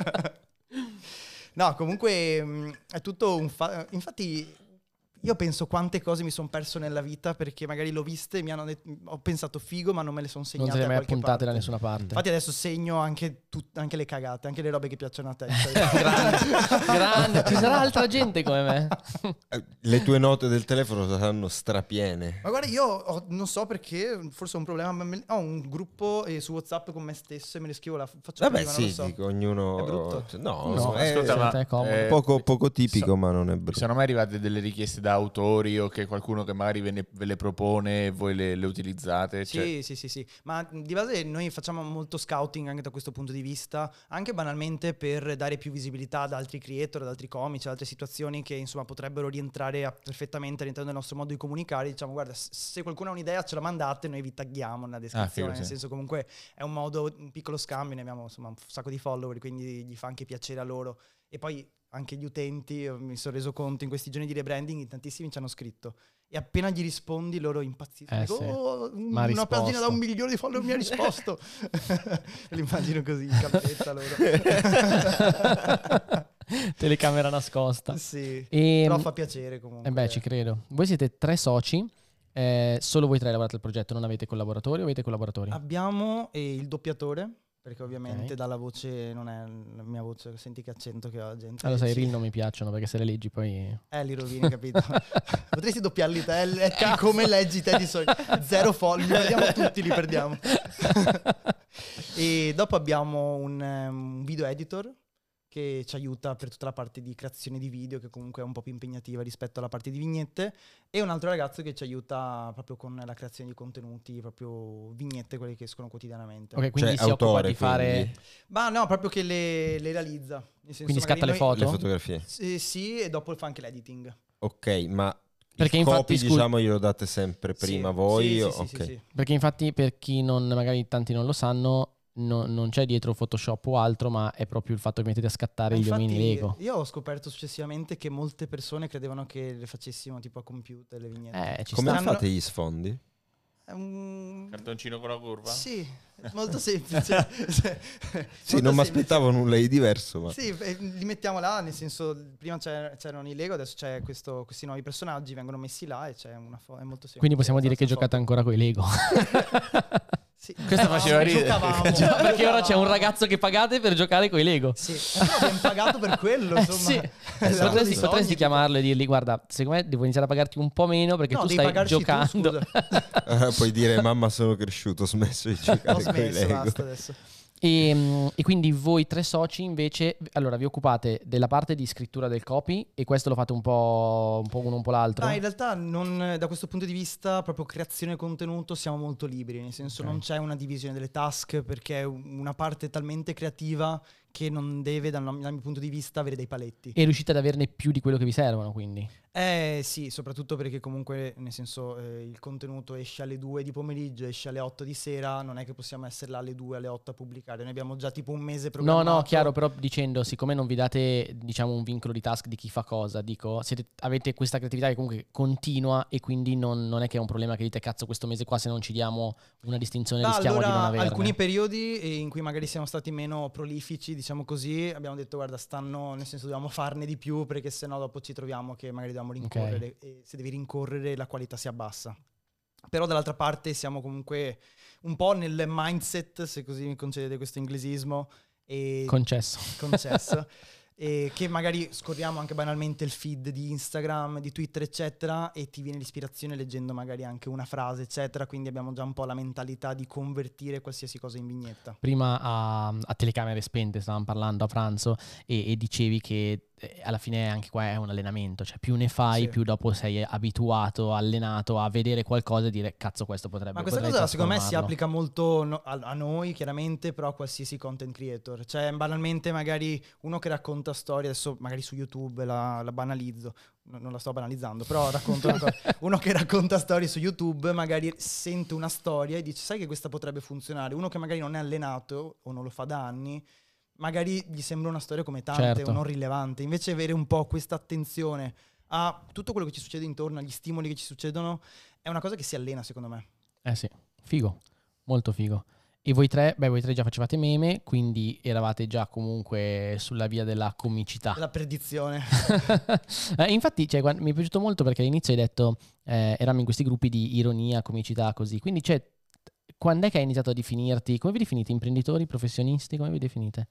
No, comunque è tutto un infatti io penso quante cose mi sono perso nella vita perché magari l'ho viste e ho pensato figo ma non me le sono Non segnate te le hai da mai qualche appuntate parte. da nessuna parte. Infatti adesso segno anche le cagate, anche le robe che piacciono a te. Grande, ci sarà altra gente come me. Le tue note del telefono saranno strapiene. Ma guarda, io non so perché, forse ho un problema, ma ho un gruppo su WhatsApp con me stesso e me ne scrivo, faccio Vabbè prima, non sì, lo so. dico, ognuno... È brutto? No, No, è ascolta, ma- secondo te è comodo. poco tipico, ma non è Vi brutto. sono mai arrivate delle richieste da autori o che qualcuno che magari ve le propone e voi le utilizzate? Cioè, Sì, ma di base noi facciamo molto scouting anche da questo punto di vista, anche banalmente per dare più visibilità ad altri creator, ad altri comici, ad altre situazioni che insomma potrebbero rientrare perfettamente all'interno del nostro modo di comunicare. Diciamo guarda, se qualcuno ha un'idea ce la mandate, noi vi tagghiamo nella descrizione, figo, nel sì. senso comunque è un modo, un piccolo scambio, ne abbiamo insomma un sacco di follower, quindi gli fa anche piacere a loro. E poi anche gli utenti, mi sono reso conto in questi giorni di rebranding, in tantissimi ci hanno scritto e appena gli rispondi loro impazziscono. Dico, sì. Una pagina da 1 milione di follower mi ha risposto. L'immagino così, in cappetta loro. Telecamera nascosta. Sì, E, però fa piacere comunque. ci credo. Voi siete 3 soci, solo voi 3 lavorate al progetto, non avete collaboratori o avete collaboratori? Abbiamo il doppiatore, perché ovviamente Ok. dalla voce non è la mia voce, senti che accento che ha la gente. Allora, sai, i Sì. reel non mi piacciono perché se le leggi poi... Li rovini, capito? Potresti doppiarli te, come leggi te di solito. 0 follow, li perdiamo tutti, li perdiamo. E dopo abbiamo un video editor che ci aiuta per tutta la parte di creazione di video, che comunque è un po' più impegnativa rispetto alla parte di vignette, e un altro ragazzo che ci aiuta proprio con la creazione di contenuti, proprio vignette, quelle che escono quotidianamente. Ok, quindi Cioè, si occupa autore, di fare... quindi. Ma no, proprio che le realizza. Nel senso, Quindi magari scatta le foto? Le fotografie. Sì, e dopo fa anche l'editing. Ok, ma Perché il infatti, copy, scusi- diciamo, glielo date sempre prima voi? Sì, ok. sì. Perché infatti per chi non, magari tanti non lo sanno, non c'è dietro Photoshop o altro, ma è proprio il fatto che mettete a scattare gli Infatti, omini Lego. io ho scoperto successivamente che molte persone credevano che le facessimo tipo a computer le vignette. Ci Come sta. stanno- fate gli sfondi? È un... Cartoncino con la curva? Sì, è molto semplice. Sì, non mi aspettavo nulla di diverso, ma... Sì, li mettiamo là, nel senso, prima c'erano i Lego, adesso c'è questi nuovi personaggi, vengono messi là e c'è è molto semplice. Quindi possiamo dire che Basta giocate ancora con i Lego. Sì. Questo faceva ridere. Giocavamo. Perché ora c'è un ragazzo che pagate per giocare con i Lego. Sì, abbiamo pagato per quello, insomma. Sì. È il lavoro di Potresti sogni. chiamarlo e dirgli: guarda, secondo me devo iniziare a pagarti un po' meno perché No, tu devi stai pagarci tu, giocando. scusa. Puoi dire mamma sono cresciuto, ho smesso di Ho giocare con i smesso, Lego. basta adesso. E quindi voi 3 soci invece, allora vi occupate della parte di scrittura del copy e questo lo fate un po' uno un po' l'altro? In realtà non, da questo punto di vista, proprio creazione contenuto, siamo molto liberi, nel senso Ok. non c'è una divisione delle task perché è una parte talmente creativa che non deve, dal mio punto di vista, avere dei paletti. E riuscite ad averne più di quello che vi servono, quindi? Sì, soprattutto perché comunque, nel senso, il contenuto esce alle 2 di pomeriggio, esce alle 8 di sera, non è che possiamo essere là alle 2, alle 8 a pubblicare, noi abbiamo già tipo un mese programmato. No, chiaro, però dicendo, siccome non vi date, diciamo, un vincolo di task di chi fa cosa, dico, avete questa creatività che comunque continua e quindi non è che è un problema che dite, cazzo, questo mese qua se non ci diamo una distinzione rischiamo di non Allora, averne. alcuni periodi in cui magari siamo stati meno prolifici, diciamo così, abbiamo detto guarda, nel senso dobbiamo farne di più perché sennò dopo ci troviamo che magari dobbiamo rincorrere e se devi rincorrere la qualità si abbassa. Però dall'altra parte siamo comunque un po' nel mindset, se così mi concedete questo inglesismo, e Concesso. e che magari scorriamo anche banalmente il feed di Instagram, di Twitter eccetera e ti viene l'ispirazione leggendo magari anche una frase eccetera, quindi abbiamo già un po' la mentalità di convertire qualsiasi cosa in vignetta. Prima a telecamere spente stavamo parlando a pranzo e dicevi che alla fine anche qua è un allenamento, cioè più ne fai Sì. più dopo sei abituato, allenato a vedere qualcosa e dire cazzo questo potrebbe Ma questa potrei cosa secondo me si trasformarlo. applica molto a noi chiaramente, però a qualsiasi content creator. Cioè banalmente magari uno che racconta storie, adesso magari su YouTube la banalizzo, non la sto banalizzando, però racconto una cosa. Uno che racconta storie su YouTube magari sente una storia e dice sai che questa potrebbe funzionare. Uno che magari non è allenato o non lo fa da anni, magari gli sembra una storia come tante Certo. o non rilevante. Invece avere un po' questa attenzione a tutto quello che ci succede intorno, agli stimoli che ci succedono, è una cosa che si allena secondo me. Sì, figo, molto figo. E voi tre già facevate meme, quindi eravate già comunque sulla via della comicità. La predizione. Infatti, cioè, mi è piaciuto molto perché all'inizio hai detto eravamo in questi gruppi di ironia, comicità, così. Quindi, cioè, quando è che hai iniziato a definirti? Come vi definite? Imprenditori, professionisti? Come vi definite?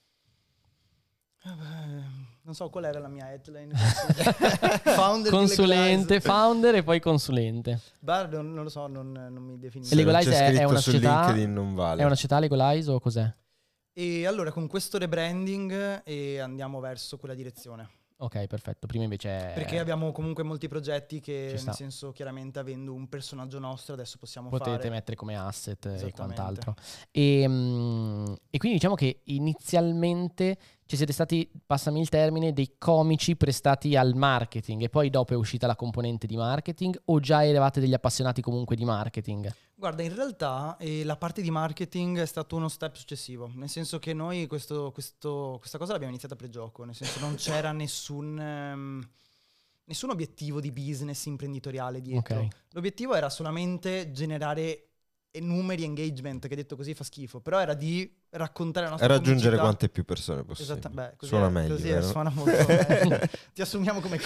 Non so qual era la mia headline. Founder di Consulente, Legalize. founder e poi consulente. Non lo so, non mi definisco. E Legalize c'è è scritto una su società- LinkedIn non vale. È una società Legalize o cos'è? E allora con questo rebranding andiamo verso quella direzione. Ok, perfetto. Prima invece... Perché abbiamo comunque molti progetti Ci che, sta. nel senso, chiaramente avendo un personaggio nostro adesso possiamo potete fare. mettere come asset e Esattamente. quant'altro. E quindi diciamo che inizialmente ci siete stati, passami il termine, dei comici prestati al marketing e poi dopo è uscita la componente di marketing o già eravate degli appassionati comunque di marketing? Guarda, in realtà la parte di marketing è stato uno step successivo, nel senso che noi questa cosa l'abbiamo iniziata pre-gioco, nel senso non c'era nessun obiettivo di business imprenditoriale dietro. Ok. L'obiettivo era solamente generare numeri, engagement, che detto così fa schifo, però era di raccontare la nostra raggiungere comicità. quante più persone possibile. Così Suona meglio, così vero? suona molto meglio. Ti assumiamo come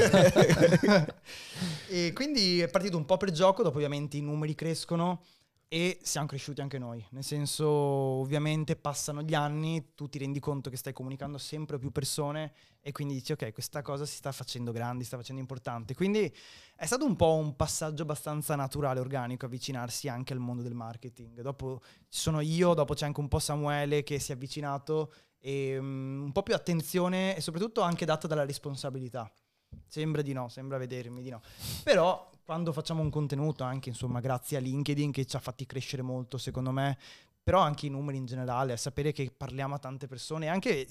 coppia. E quindi è partito un po' per gioco, dopo ovviamente i numeri crescono e siamo cresciuti anche noi, nel senso ovviamente passano gli anni, tu ti rendi conto che stai comunicando sempre a più persone e quindi dici ok, questa cosa si sta facendo grande, si sta facendo importante, quindi è stato un po' un passaggio abbastanza naturale, organico, avvicinarsi anche al mondo del marketing. Dopo ci sono io, dopo c'è anche un po' Samuele che si è avvicinato e un po' più attenzione e soprattutto anche data dalla responsabilità. Sembra di no, sembra vedermi di no. Però quando facciamo un contenuto, anche insomma grazie a LinkedIn che ci ha fatti crescere molto secondo me, però anche i numeri in generale, a sapere che parliamo a tante persone, anche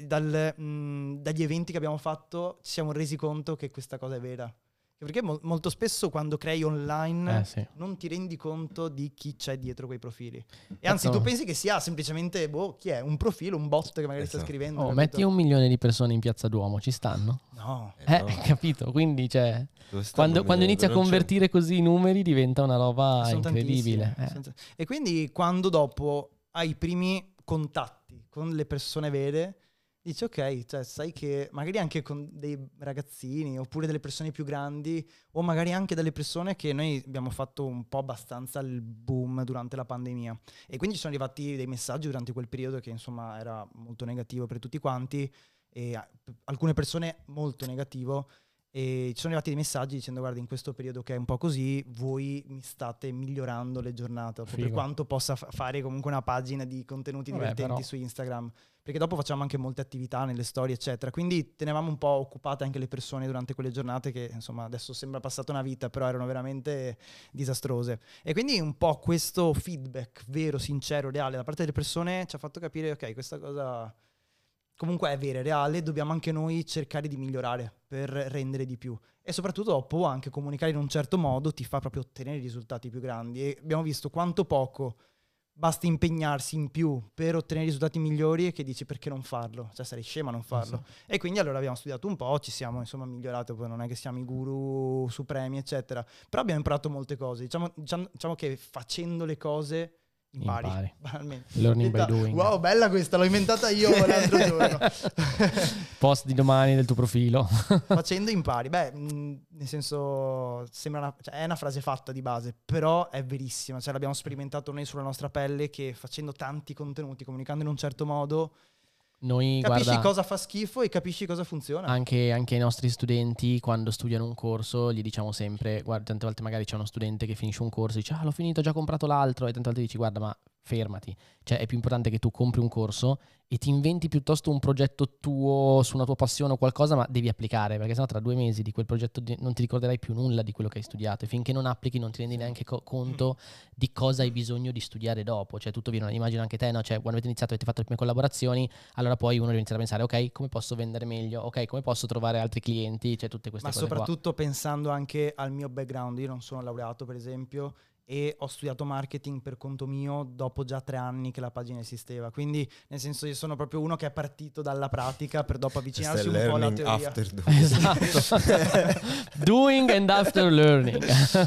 dagli eventi che abbiamo fatto ci siamo resi conto che questa cosa è vera. Perché molto spesso quando crei online Sì. non ti rendi conto di chi c'è dietro quei profili. E anzi tu pensi che sia semplicemente, chi è? Un profilo, un bot che magari sta scrivendo. Oh, metti 1 milione di persone in Piazza Duomo, ci stanno? No. No. Capito? Quindi cioè, Dove stanno quando inizi a Non c'è- convertire così i numeri diventa una roba Sono incredibile. tantissimi. E quindi quando dopo hai i primi contatti con le persone vere, dici ok, cioè sai che magari anche con dei ragazzini oppure delle persone più grandi o magari anche delle persone che noi abbiamo fatto un po' abbastanza il boom durante la pandemia e quindi ci sono arrivati dei messaggi durante quel periodo che insomma era molto negativo per tutti quanti e alcune persone molto negativo. E ci sono arrivati dei messaggi dicendo guarda in questo periodo che è un po' così voi mi state migliorando le giornate per quanto possa fare comunque una pagina di contenuti divertenti su Instagram, perché dopo facciamo anche molte attività nelle storie eccetera, quindi tenevamo un po' occupate anche le persone durante quelle giornate che insomma adesso sembra passata una vita però erano veramente disastrose e quindi un po' questo feedback vero, sincero, reale da parte delle persone ci ha fatto capire ok, questa cosa comunque è vera, è reale, dobbiamo anche noi cercare di migliorare per rendere di più e soprattutto dopo anche comunicare in un certo modo ti fa proprio ottenere risultati più grandi e abbiamo visto quanto poco basta impegnarsi in più per ottenere risultati migliori e che dici perché non farlo, cioè sarei scema a non farlo e quindi allora abbiamo studiato un po', ci siamo insomma migliorati, poi non è che siamo i guru supremi eccetera, però abbiamo imparato molte cose, diciamo che facendo le cose impari. Banalmente. Learning by doing. Wow, bella questa, l'ho inventata io l'altro giorno. Post di domani del tuo profilo. Facendo impari. Beh, nel senso sembra è una frase fatta di base, però è verissima, cioè l'abbiamo sperimentato noi sulla nostra pelle che facendo tanti contenuti, comunicando in un certo modo Noi, capisci cosa fa schifo e capisci cosa funziona. Anche ai nostri studenti quando studiano un corso gli diciamo sempre, guarda, tante volte magari c'è uno studente che finisce un corso e dice l'ho finito, ho già comprato l'altro e tante volte dici guarda ma fermati, cioè è più importante che tu compri un corso e ti inventi piuttosto un progetto tuo su una tua passione o qualcosa, ma devi applicare perché sennò tra 2 mesi di quel progetto non ti ricorderai più nulla di quello che hai studiato e finché non applichi non ti rendi neanche conto di cosa hai bisogno di studiare dopo, cioè tutto viene, immagino anche te, no? Cioè quando avete iniziato avete fatto le prime collaborazioni, allora poi uno deve iniziare a pensare ok, come posso vendere meglio, ok, come posso trovare altri clienti, cioè tutte queste cose soprattutto pensando anche al mio background, io non sono laureato per esempio e ho studiato marketing per conto mio dopo già 3 anni che la pagina esisteva, quindi nel senso io sono proprio uno che è partito dalla pratica per dopo avvicinarsi un po' alla teoria. Esatto. Doing and after learning.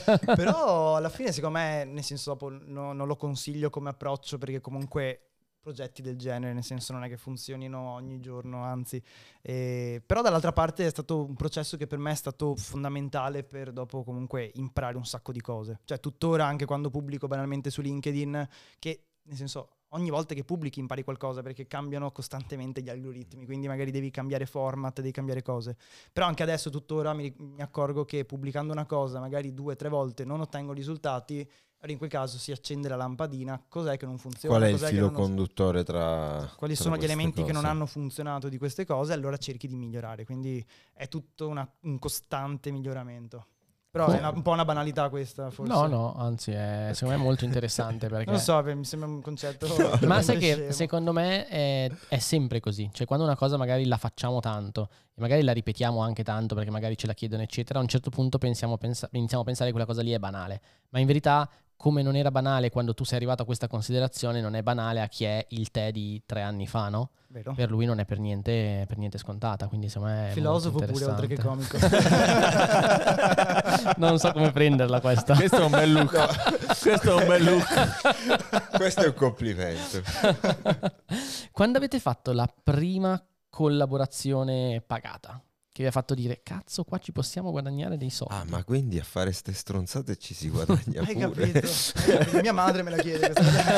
Però alla fine secondo me nel senso dopo non lo consiglio come approccio perché comunque progetti del genere, nel senso non è che funzionino ogni giorno, anzi. Però dall'altra parte è stato un processo che per me è stato fondamentale per dopo comunque imparare un sacco di cose. Cioè tuttora anche quando pubblico banalmente su LinkedIn, che nel senso ogni volta che pubblichi impari qualcosa perché cambiano costantemente gli algoritmi, quindi magari devi cambiare format, devi cambiare cose. Però anche adesso tuttora mi accorgo che pubblicando una cosa magari 2-3 volte non ottengo risultati, in quel caso si accende la lampadina, cos'è che non funziona? Qual è il filo conduttore quali sono gli elementi che non hanno funzionato di queste cose, allora cerchi di migliorare, quindi è tutto un costante miglioramento. Però è un po' una banalità questa, forse. No, anzi è secondo me molto interessante perché... Non so, mi sembra un concetto... Ma sai che secondo me è sempre così, cioè quando una cosa magari la facciamo tanto e magari la ripetiamo anche tanto perché magari ce la chiedono eccetera, a un certo punto iniziamo a pensare che quella cosa lì è banale, ma in verità come non era banale quando tu sei arrivato a questa considerazione, non è banale a chi è il te di 3 anni fa, no? Vero. Per lui non è per niente scontata, quindi secondo me è filosofo molto pure, oltre che comico. Non so come prenderla questa. Questo è un bel look. No. Questo è un bel look. Questo è un complimento. Quando avete fatto la prima collaborazione pagata, che vi ha fatto dire cazzo, qua ci possiamo guadagnare dei soldi? Ah, ma quindi a fare ste stronzate ci si guadagna Hai pure. capito? Mia madre me la chiede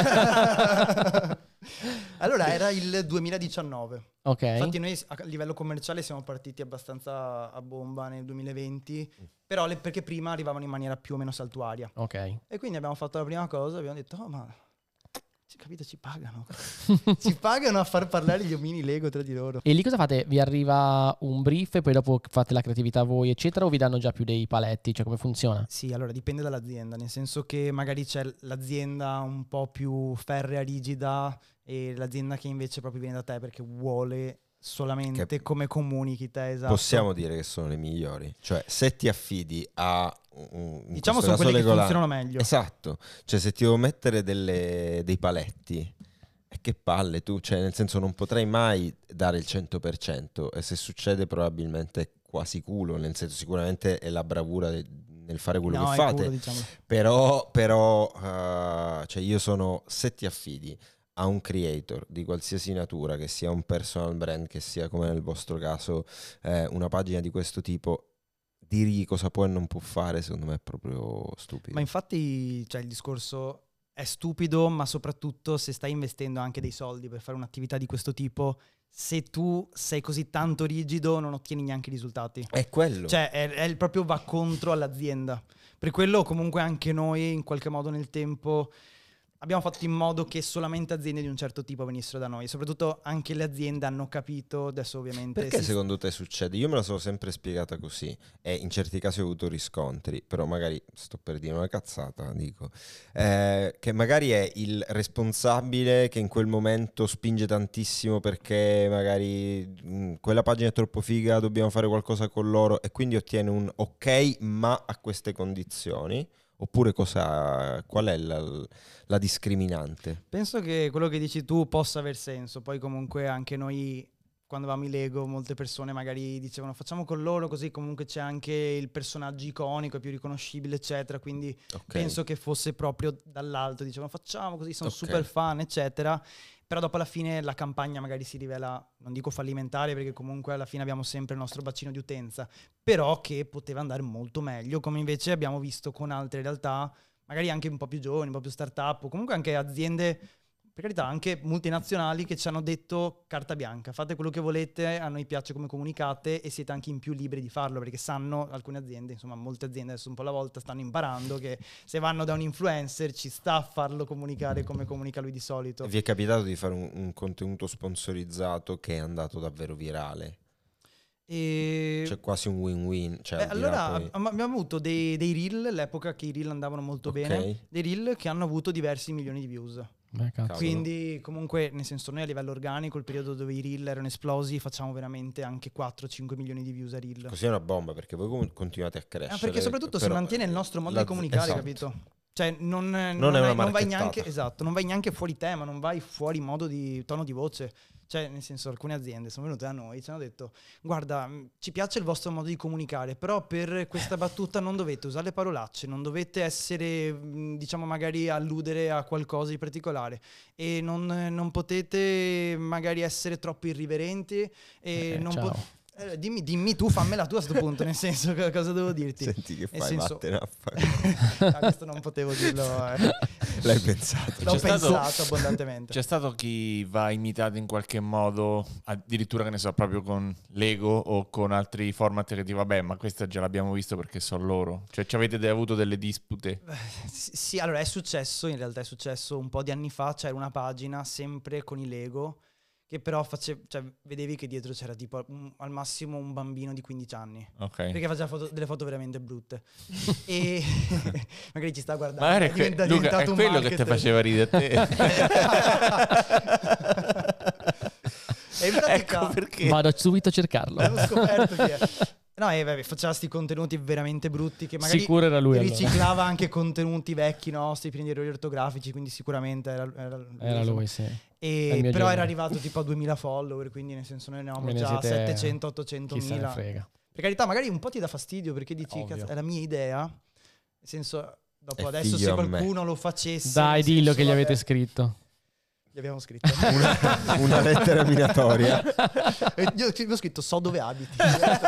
questa. Allora era il 2019. Ok. Infatti noi a livello commerciale siamo partiti abbastanza a bomba nel 2020, però perché prima arrivavano in maniera più o meno saltuaria. Ok. E quindi abbiamo fatto la prima cosa, abbiamo detto, oh, ma capito, ci pagano. Ci pagano a far parlare gli omini Lego tra di loro. E lì cosa fate? Vi arriva un brief e poi dopo fate la creatività voi, eccetera, o vi danno già più dei paletti? Cioè, come funziona? Sì, allora dipende dall'azienda, nel senso che magari c'è l'azienda un po' più ferrea, rigida, e l'azienda che invece proprio viene da te perché vuole solamente come comunichi te, esatto. Possiamo dire che sono le migliori. Cioè, se ti affidi a diciamo sono quelle che funzionano meglio. Esatto. Cioè, se ti devo mettere dei paletti, e che palle tu, cioè nel senso non potrai mai dare il 100%, e se succede probabilmente è quasi culo, nel senso sicuramente è la bravura nel fare quello che fate. Culo, diciamo. Però cioè io sono, se ti affidi a un creator di qualsiasi natura, che sia un personal brand, che sia come nel vostro caso una pagina di questo tipo, dirgli cosa può e non può fare, secondo me è proprio stupido. Ma infatti, cioè, il discorso è stupido, ma soprattutto se stai investendo anche dei soldi per fare un'attività di questo tipo, se tu sei così tanto rigido non ottieni neanche i risultati. È quello. Cioè proprio va contro all'azienda. Per quello comunque anche noi in qualche modo nel tempo abbiamo fatto in modo che solamente aziende di un certo tipo venissero da noi. Soprattutto anche le aziende hanno capito, adesso ovviamente... Perché secondo te succede? Io me la sono sempre spiegata così, e in certi casi ho avuto riscontri, però magari sto per dire una cazzata, dico, che magari è il responsabile che in quel momento spinge tantissimo perché magari quella pagina è troppo figa, dobbiamo fare qualcosa con loro, e quindi ottiene un ok, ma a queste condizioni. Oppure qual è la discriminante? Penso che quello che dici tu possa aver senso. Poi comunque anche noi, quando avevamo i Lego, molte persone magari dicevano facciamo con loro, così comunque c'è anche il personaggio iconico, è più riconoscibile, eccetera. Quindi penso che fosse proprio dall'alto, dicevano facciamo così, sono super fan, eccetera. Però dopo alla fine la campagna magari si rivela, non dico fallimentare, perché comunque alla fine abbiamo sempre il nostro bacino di utenza, però che poteva andare molto meglio, come invece abbiamo visto con altre realtà, magari anche un po' più giovani, un po' più startup, o comunque anche aziende, per carità, anche multinazionali, che ci hanno detto carta bianca, fate quello che volete, a noi piace come comunicate e siete anche in più liberi di farlo, perché sanno alcune aziende, insomma molte aziende adesso un po' alla volta stanno imparando che se vanno da un influencer ci sta a farlo comunicare come comunica lui di solito. Vi è capitato di fare un contenuto sponsorizzato che è andato davvero virale? C'è quasi un win-win. Cioè, allora abbiamo avuto dei reel, all'epoca che i reel andavano molto bene, dei reel che hanno avuto diversi milioni di views. Quindi comunque, nel senso, noi a livello organico il periodo dove i reel erano esplosi facciamo veramente anche 4-5 milioni di views a reel. Così è una bomba, perché voi continuate a crescere. Perché soprattutto si mantiene il nostro modo di comunicare, capito? Cioè non vai neanche, esatto, non vai neanche fuori tema, non vai fuori modo di tono di voce. Cioè, nel senso, alcune aziende sono venute da noi e ci hanno detto guarda, ci piace il vostro modo di comunicare, però per questa battuta non dovete usare le parolacce, non dovete essere, diciamo, magari alludere a qualcosa di particolare, e non potete magari essere troppo irriverenti e dimmi tu, fammela tu a questo punto, nel senso, cosa devo dirti? Senti che fai, vattene a fare. Questo non potevo dirlo. L'hai pensato? L'ho pensato abbondantemente. C'è stato chi va imitato in qualche modo, addirittura, che ne so, proprio con Lego o con altri format che dico vabbè, ma questa già l'abbiamo visto perché sono loro. Cioè ci avete avuto delle dispute? Sì, allora in realtà è successo un po' di anni fa, c'era una pagina sempre con i Lego che però vedevi che dietro c'era tipo al massimo un bambino di 15 anni. Perché faceva delle foto veramente brutte. E magari ci sta guardando. Ma Luca, è quello che ti faceva ridere a te. E in pratica, ecco perché. Vado subito a cercarlo. Avevo scoperto chi è. No, vabbè, faceva sti contenuti veramente brutti che magari Sicuro era lui, allora. riciclava anche contenuti vecchi nostri, pieni di errori ortografici, quindi sicuramente Era lui, sì. È il mio Però genere. era arrivato tipo a 2000 follower, quindi nel senso noi ne avevamo Ve ne già siete- 700-800 Chi se ne mila. frega. Per carità, magari un po' ti dà fastidio perché dici, Ovvio. cazzo, è la mia idea. Nel senso, dopo È adesso se figlio a me. qualcuno lo facesse... Dai, nel dillo senso, che gli avete vabbè, scritto. Gli abbiamo scritto. Una lettera minatoria. E io ti ho scritto, so dove abiti.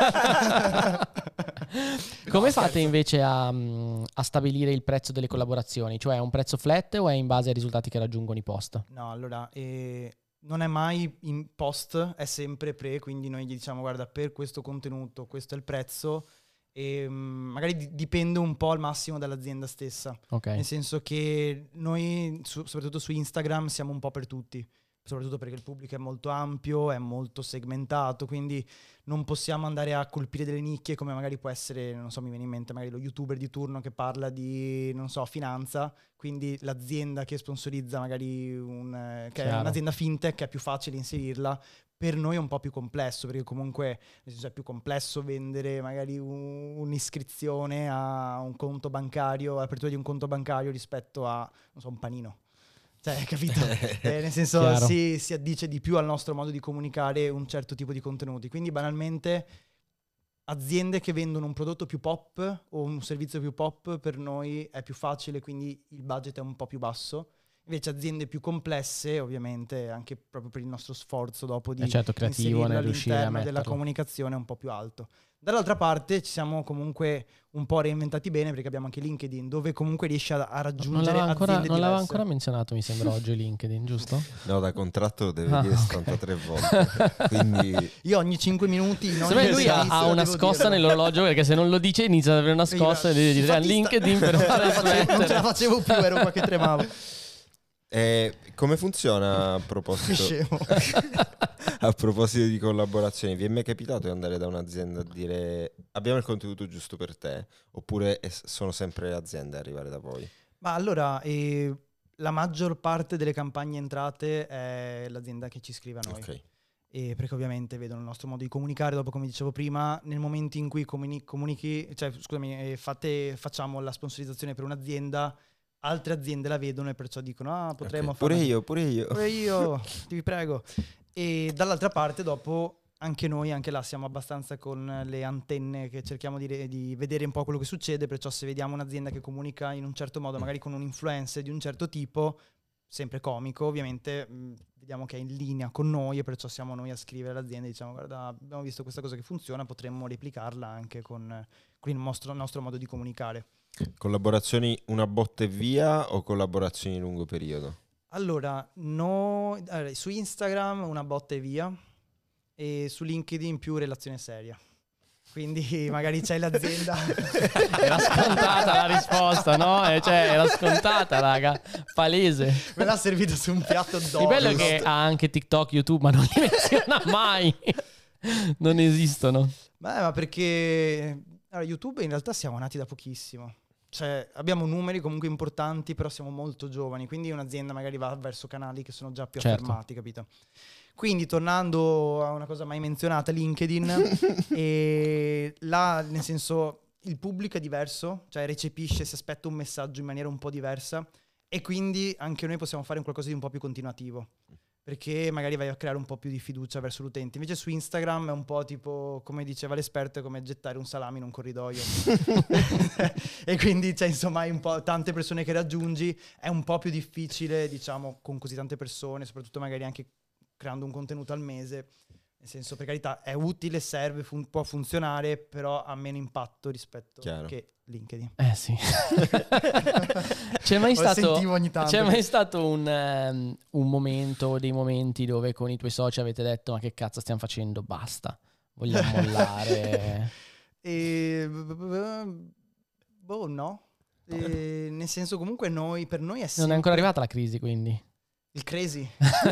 Come No, fate scherzo. invece a stabilire il prezzo delle collaborazioni? Cioè è un prezzo flat o è in base ai risultati che raggiungono i post? No, allora, non è mai in post, è sempre pre, quindi noi gli diciamo guarda, per questo contenuto questo è il prezzo e magari dipende un po' al massimo dall'azienda stessa. Ok. Nel senso che noi, soprattutto su Instagram, siamo un po' per tutti, soprattutto perché il pubblico è molto ampio, è molto segmentato, quindi non possiamo andare a colpire delle nicchie come magari può essere, non so, mi viene in mente magari lo youtuber di turno che parla di, non so, finanza, quindi l'azienda che sponsorizza magari che è Chiaro. un'azienda fintech, è più facile inserirla. Per noi è un po' più complesso, perché comunque nel senso, è più complesso vendere magari un'iscrizione a un conto bancario, all'apertura di un conto bancario rispetto a, non so, un panino. Cioè, capito? Nel senso Chiaro. si addice di più al nostro modo di comunicare un certo tipo di contenuti. Quindi banalmente aziende che vendono un prodotto più pop o un servizio più pop per noi è più facile, quindi il budget è un po' più basso. Invece aziende più complesse, ovviamente, anche proprio per il nostro sforzo dopo di certo, creativo inserirlo nel riuscire a all'interno della metterlo. comunicazione è un po' più alto. Dall'altra parte ci siamo comunque un po' reinventati bene perché abbiamo anche LinkedIn dove comunque riesci a Non raggiungere l'aveva ancora, aziende non l'aveva diverse. ancora menzionato, mi sembra, oggi LinkedIn, giusto? No, da contratto lo deve Ah, dire ok. 73 volte. Quindi Io ogni 5 minuti in Secondo me ogni lui servizio ha una devo scossa dirlo. nell'orologio perché se non lo dice inizia ad avere una scossa e deve dire Infatti LinkedIn per fare non ce la smettere. facevo più, ero qua che tremavo. come funziona a proposito, Scemo. a proposito di collaborazioni? Vi è mai capitato di andare da un'azienda a dire abbiamo il contenuto giusto per te? Oppure sono sempre le aziende a arrivare da voi? Ma allora, la maggior parte delle campagne entrate è l'azienda che ci scrive a noi. Ok. E perché ovviamente vedono il nostro modo di comunicare, dopo come dicevo prima, nel momento in cui comunichi, cioè scusami, facciamo la sponsorizzazione per un'azienda, altre aziende la vedono e perciò dicono ah, potremmo Ok, fare pure io. pure io, ti prego. E dall'altra parte dopo anche noi, anche là siamo abbastanza con le antenne che cerchiamo di vedere un po' quello che succede, perciò se vediamo un'azienda che comunica in un certo modo, magari con un influencer di un certo tipo, sempre comico, ovviamente vediamo che è in linea con noi e perciò siamo noi a scrivere all'azienda e diciamo guarda abbiamo visto questa cosa che funziona, potremmo replicarla anche con il nostro modo di comunicare. Collaborazioni una botta e via o collaborazioni di lungo periodo? Allora, su Instagram una botta e via e su LinkedIn più relazione seria. Quindi magari c'hai l'azienda. Era scontata la risposta, no? Cioè, era scontata, raga. Palese. Me l'ha servito su un piatto d'oro. Il bello è che ha anche TikTok, YouTube, ma non li menziona mai. Non esistono. Beh, ma perché allora, YouTube in realtà siamo nati da pochissimo. Cioè, abbiamo numeri comunque importanti, però siamo molto giovani, quindi un'azienda magari va verso canali che sono già più Certo. affermati, capito? Quindi, tornando a una cosa mai menzionata, LinkedIn, e là, nel senso, il pubblico è diverso, cioè recepisce, si aspetta un messaggio in maniera un po' diversa, e quindi anche noi possiamo fare un qualcosa di un po' più continuativo. Perché magari vai a creare un po' più di fiducia verso l'utente. Invece su Instagram è un po' tipo, come diceva l'esperto, è come gettare un salame in un corridoio. E quindi c'è insomma hai un po' tante persone che raggiungi, è un po' più difficile, diciamo, con così tante persone, soprattutto magari anche creando un contenuto al mese. Nel senso, per carità, è utile, serve, può funzionare, però ha meno impatto rispetto Chiaro. che LinkedIn. Sì. C'è mai Lo stato, sentivo ogni tanto. c'è mai stato un momento, dei momenti dove con i tuoi soci avete detto ma che cazzo stiamo facendo, basta, vogliamo mollare? No. Nel senso, comunque per noi è Non sempre è ancora arrivata la crisi, quindi. il crazy.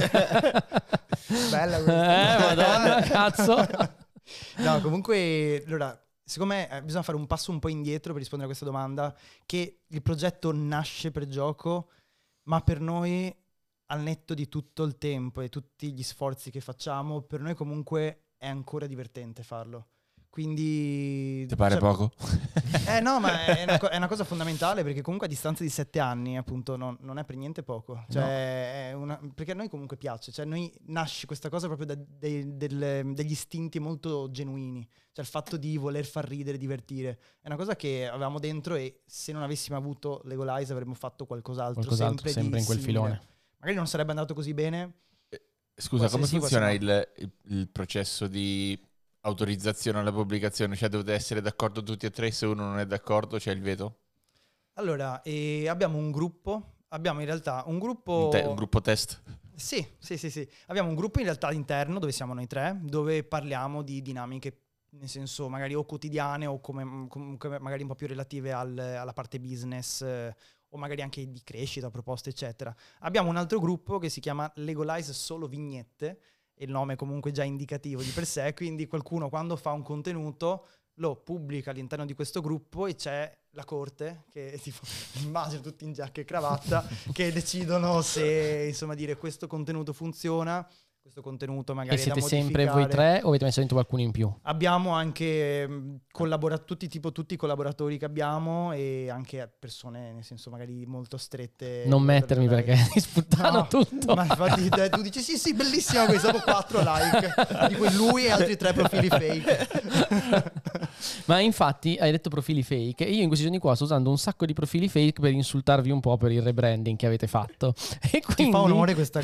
Bella questa. Madonna, cazzo. No, comunque, allora, secondo me bisogna fare un passo un po' indietro per rispondere a questa domanda, che il progetto nasce per gioco, ma per noi, al netto di tutto il tempo e tutti gli sforzi che facciamo, per noi comunque è ancora divertente farlo. Quindi... Ti pare poco? No, ma è una cosa fondamentale, perché comunque a distanza di 7 anni appunto non è per niente poco, cioè perché a noi comunque piace, cioè noi nasce questa cosa proprio degli istinti molto genuini, cioè il fatto di voler far ridere, divertire, è una cosa che avevamo dentro, e se non avessimo avuto Legolize avremmo fatto qualcos'altro sempre in quel simile. filone. Magari non sarebbe andato così bene. Scusa, come Sì, funziona il processo di autorizzazione alla pubblicazione? Cioè dovete essere d'accordo tutti e tre, se uno non è d'accordo c'è il veto? Allora, abbiamo un gruppo, abbiamo in realtà un gruppo... Un gruppo test? Sì. Abbiamo un gruppo in realtà interno, dove siamo noi tre, dove parliamo di dinamiche, nel senso magari o quotidiane o comunque magari un po' più relative alla parte business, o magari anche di crescita, proposte, eccetera. Abbiamo un altro gruppo che si chiama Legolize Solo Vignette, e il nome è comunque già indicativo di per sé, quindi qualcuno quando fa un contenuto lo pubblica all'interno di questo gruppo, e c'è la corte, che tipo, immagino tutti in giacca e cravatta, che decidono se, insomma, dire questo contenuto funziona, questo contenuto magari E siete è da sempre voi modificare. 3 o avete messo dentro qualcuno in più? Abbiamo anche tutti i collaboratori che abbiamo, e anche persone, nel senso magari molto strette. Non mettermi per- perché ti sputtano No, tutto. ma infatti tu dici sì, bellissima questa, dopo 4 like, di cui lui e altri 3 profili fake. Ma infatti hai detto profili fake, e io in questi giorni qua sto usando un sacco di profili fake per insultarvi un po' per il rebranding che avete fatto. E quindi fa onore questa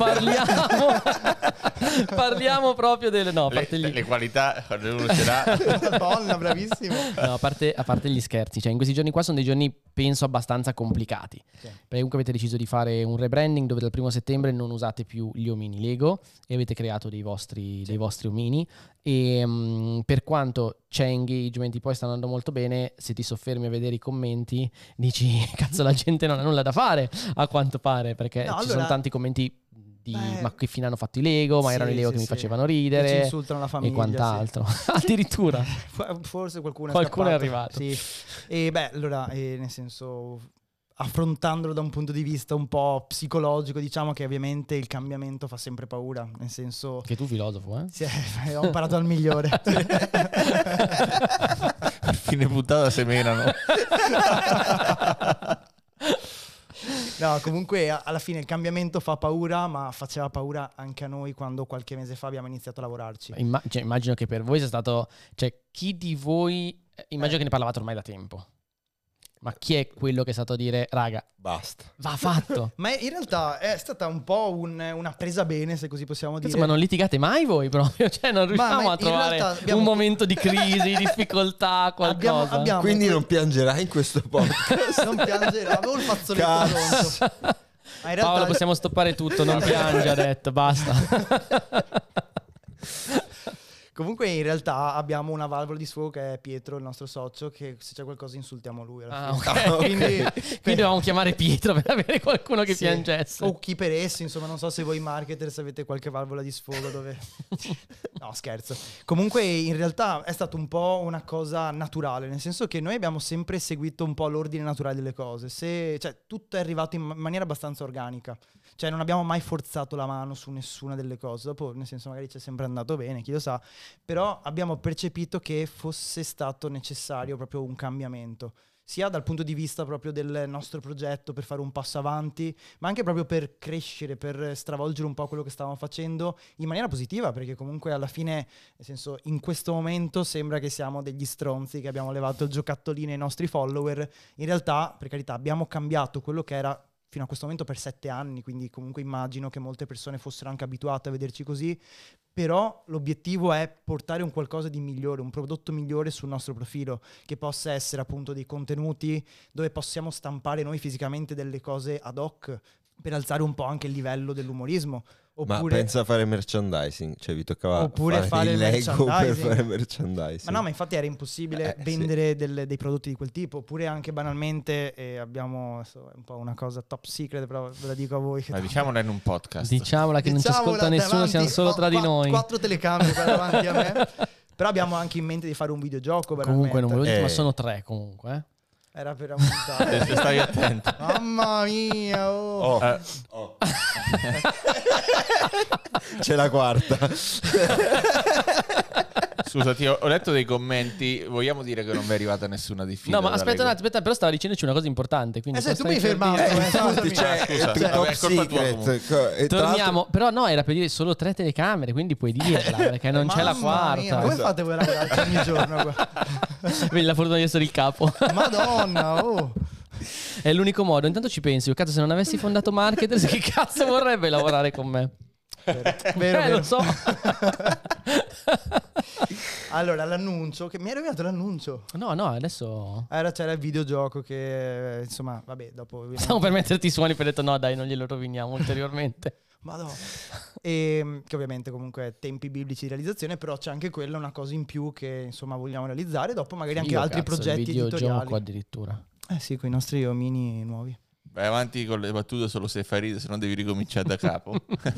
parliamo proprio delle... No, a parte le qualità, quando uno ce l'ha. Madonna, bravissimo. No, a parte gli scherzi, cioè in questi giorni qua sono dei giorni penso abbastanza complicati, perché comunque avete deciso di fare un rebranding dove dal 1 settembre non usate più gli omini Lego e avete creato dei vostri omini, e per quanto c'è engagement, poi sta andando molto bene, se ti soffermi a vedere i commenti dici cazzo, la gente non ha nulla da fare a quanto pare, perché ci sono tanti commenti ma che fine hanno fatto i Lego, ma erano i Lego che mi facevano ridere, che ci insultano la famiglia e quant'altro. Addirittura forse qualcuno è arrivato. Sì. E beh, allora, nel senso, affrontandolo da un punto di vista un po' psicologico, diciamo che ovviamente il cambiamento fa sempre paura, nel senso che tu filosofo, eh? Sì, ho imparato al migliore. Fine puntata semenano. No, comunque alla fine il cambiamento fa paura, ma faceva paura anche a noi quando qualche mese fa abbiamo iniziato a lavorarci. Immagino che per voi sia stato, cioè chi di voi, immagino che ne parlavate ormai da tempo, ma chi è quello che è stato a dire raga, basta, va fatto? Ma in realtà è stata un po' una presa bene, se così possiamo dire. Ma non litigate mai voi proprio? Cioè non riusciamo a trovare un momento di crisi, difficoltà, qualcosa? Abbiamo quindi non piangerai in questo podcast. Non piangerà, avevo il fazzoletto pronto. Ma in realtà... Paolo, possiamo stoppare tutto, non piange, ha detto, basta. Comunque in realtà abbiamo una valvola di sfogo che è Pietro, il nostro socio, che se c'è qualcosa insultiamo lui alla fine. Okay. Quindi dovevamo chiamare Pietro per avere qualcuno che piangesse. O chi per esso, insomma, non so se voi marketers avete qualche valvola di sfogo dove... No, scherzo. Comunque in realtà è stato un po' una cosa naturale, nel senso che noi abbiamo sempre seguito un po' l'ordine naturale delle cose. Cioè, tutto è arrivato in maniera abbastanza organica. Cioè non abbiamo mai forzato la mano su nessuna delle cose. Dopo, nel senso, magari ci è sempre andato bene, chi lo sa. Però abbiamo percepito che fosse stato necessario proprio un cambiamento, sia dal punto di vista proprio del nostro progetto per fare un passo avanti, ma anche proprio per crescere, per stravolgere un po' quello che stavamo facendo in maniera positiva, perché comunque alla fine, nel senso, in questo momento sembra che siamo degli stronzi che abbiamo levato il giocattolino ai nostri follower. In realtà, per carità, abbiamo cambiato quello che era fino a questo momento per 7 anni, quindi comunque immagino che molte persone fossero anche abituate a vederci così, però l'obiettivo è portare un qualcosa di migliore, un prodotto migliore sul nostro profilo, che possa essere appunto dei contenuti dove possiamo stampare noi fisicamente delle cose ad hoc per alzare un po' anche il livello dell'umorismo. Oppure, ma pensa a fare merchandising, cioè vi toccava oppure fare il Lego per fare merchandising. merchandising. Ma no, ma infatti era impossibile vendere dei prodotti di quel tipo. Oppure anche banalmente abbiamo un po' una cosa top secret, però ve la dico a voi. Ma diciamola in un podcast. Diciamola che non ci ascolta nessuno, siamo solo tra di noi. 4 telecamere qua davanti a me. Però abbiamo anche in mente di fare un videogioco. Comunque non ve lo dico, ma Eh. sono 3 comunque. Era per aumentare. Stai attento. Mamma mia, oh. C'è la quarta. Scusati, ho letto dei commenti. Vogliamo dire che non vi è arrivata nessuna diffida? No, ma aspetta dalle- un attimo, però stava dicendoci una cosa importante. Quindi Se tu cosa mi hai stai per fermato, dire? scusami. scusa, top è colpa tua comunque. secret. E tra Torniamo, però no, era per dire solo 3 telecamere, quindi puoi dirla, perché non c'è la Mamma mia, quarta. come fate voi a lavorare ogni giorno qua? Vedi la fortuna di essere il capo. Madonna, oh. È l'unico modo. Intanto ci pensi, io cazzo, se non avessi fondato Marketers, che cazzo vorrebbe lavorare con me? Vero. Lo so. Allora, l'annuncio, che mi è arrivato l'annuncio. No, adesso C'era il videogioco che, insomma, vabbè, dopo... ovviamente- stiamo per metterti i suoni, per detto no, dai, non glielo roviniamo ulteriormente. Madonna. E che ovviamente comunque tempi biblici di realizzazione, però c'è anche quella una cosa in più che insomma vogliamo realizzare, dopo magari anche Figo, altri cazzo, progetti il videogioco editoriali. addirittura. Sì, con i nostri omini nuovi. Vai avanti con le battute solo se fai ridere, se no devi ricominciare da capo.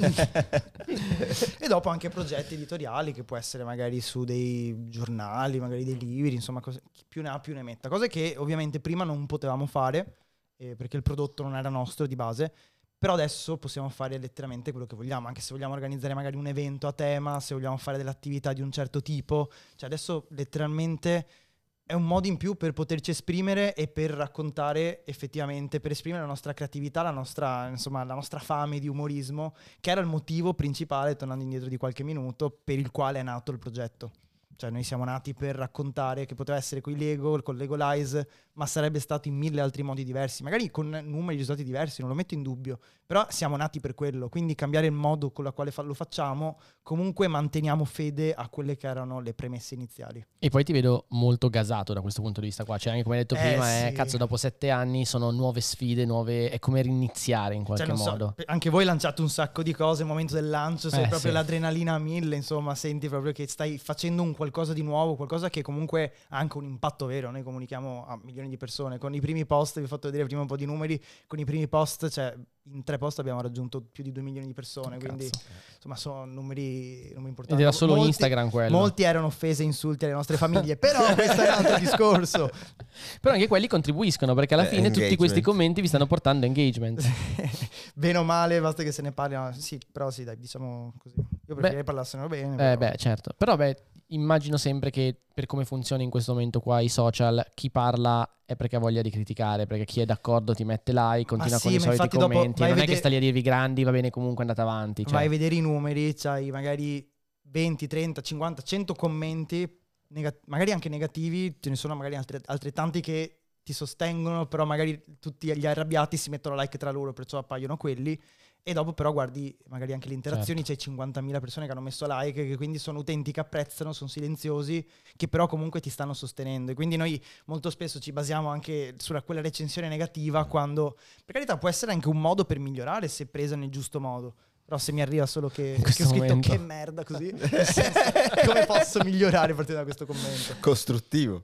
E dopo anche progetti editoriali che può essere magari su dei giornali, magari dei libri, insomma, chi più ne ha più ne metta. Cose che ovviamente prima non potevamo fare perché il prodotto non era nostro di base, però adesso possiamo fare letteralmente quello che vogliamo, anche se vogliamo organizzare magari un evento a tema, se vogliamo fare delle attività di un certo tipo. Cioè adesso letteralmente è un modo in più per poterci esprimere e per raccontare effettivamente, per esprimere la nostra creatività, la nostra fame di umorismo, che era il motivo principale, tornando indietro di qualche minuto, per il quale è nato il progetto. Cioè noi siamo nati per raccontare, che poteva essere con i Lego, con Lego Lies, ma sarebbe stato in 1000 altri modi diversi, magari con numeri di risultati diversi, non lo metto in dubbio, però siamo nati per quello, quindi cambiare il modo con la quale lo facciamo, comunque manteniamo fede a quelle che erano le premesse iniziali. E poi ti vedo molto gasato da questo punto di vista qua, cioè anche come hai detto prima, sì. cazzo, dopo 7 anni sono nuove sfide, è come riniziare in qualche Cioè, non so, modo. anche voi lanciate un sacco di cose al momento del lancio, sei proprio sì. l'adrenalina a 1000, insomma, senti proprio che stai facendo un qualcosa di nuovo, qualcosa che comunque ha anche un impatto vero. Noi comunichiamo a milioni di persone, con i primi post, vi ho fatto vedere prima un po' di numeri, con i primi post, cioè in 3 post abbiamo raggiunto più di 2 milioni di persone, quindi insomma sono numeri importanti. Ed era solo Instagram quello. Molti erano offese e insulti alle nostre famiglie, però questo è un altro discorso. Però anche quelli contribuiscono, perché alla fine tutti engagement. questi commenti vi stanno portando engagement. Bene o male, basta che se ne parli. Sì, però sì, dai, diciamo così. Io preferirei parlassero bene. però. Certo. Però immagino sempre che per come funziona in questo momento qua i social, chi parla è perché ha voglia di criticare, perché chi è d'accordo ti mette like, continua sì, con i ma soliti infatti dopo commenti, vai non a è che vedere- sta lì a dirvi grandi, va bene comunque andate avanti. Cioè. Vai a vedere i numeri, c'hai magari 20, 30, 50, 100 commenti, magari anche negativi, ce ne sono magari altrettanti che ti sostengono, però magari tutti gli arrabbiati si mettono like tra loro, perciò appaiono quelli. E dopo però guardi magari anche le interazioni, c'hai 50.000 persone che hanno messo like, che quindi sono utenti che apprezzano, sono silenziosi, che però comunque ti stanno sostenendo. E quindi noi molto spesso ci basiamo anche sulla quella recensione negativa, quando per carità può essere anche un modo per migliorare se presa nel giusto modo. Però se mi arriva solo che ho questo scritto momento. che merda così, nel senso, come posso migliorare partendo da questo commento? Costruttivo.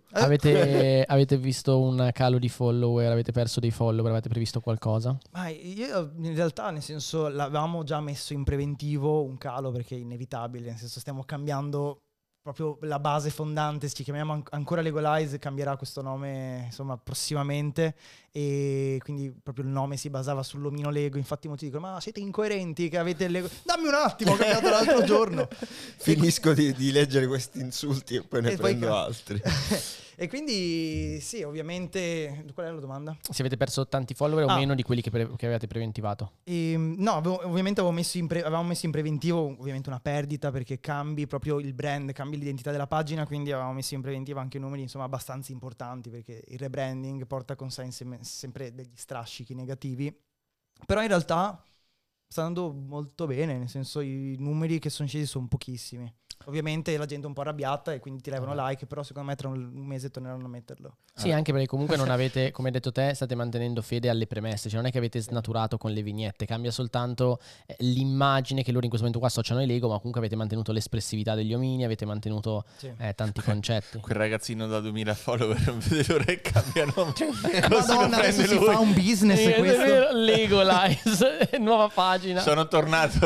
Avete visto un calo di follower? Avete perso dei follower? Avete previsto qualcosa? Ma io in realtà, nel senso, l'avevamo già messo in preventivo un calo perché è inevitabile, nel senso stiamo cambiando proprio la base fondante, ci chiamiamo ancora Lego Lies, cambierà questo nome insomma prossimamente, e quindi proprio il nome si basava sull'omino Lego. Infatti molti dicono ma siete incoerenti che avete il Lego, dammi un attimo, ho cambiato l'altro giorno. Finisco di leggere questi insulti e poi ne E poi prendo altri. E quindi sì, ovviamente, qual è la domanda? Se avete perso tanti follower o meno di quelli che avevate preventivato? No, ovviamente avevamo messo in preventivo ovviamente una perdita, perché cambi proprio il brand, cambi l'identità della pagina, quindi avevamo messo in preventivo anche numeri insomma abbastanza importanti, perché il rebranding porta con sé sempre degli strascichi negativi. Però in realtà sta andando molto bene, nel senso i numeri che sono scesi sono pochissimi. Ovviamente la gente è un po' arrabbiata e quindi ti levano like, però secondo me tra un mese torneranno a metterlo. Sì, anche perché comunque non avete, come hai detto te, state mantenendo fede alle premesse, cioè non è che avete snaturato con le vignette, cambia soltanto l'immagine che loro in questo momento qua associano ai Lego, ma comunque avete mantenuto l'espressività degli omini, avete mantenuto tanti concetti. Quel ragazzino da 2000 follower non vede l'ora che cambia nome. Madonna, adesso si fa un business questo. Lego Lies, nuova pagina. Sono tornato.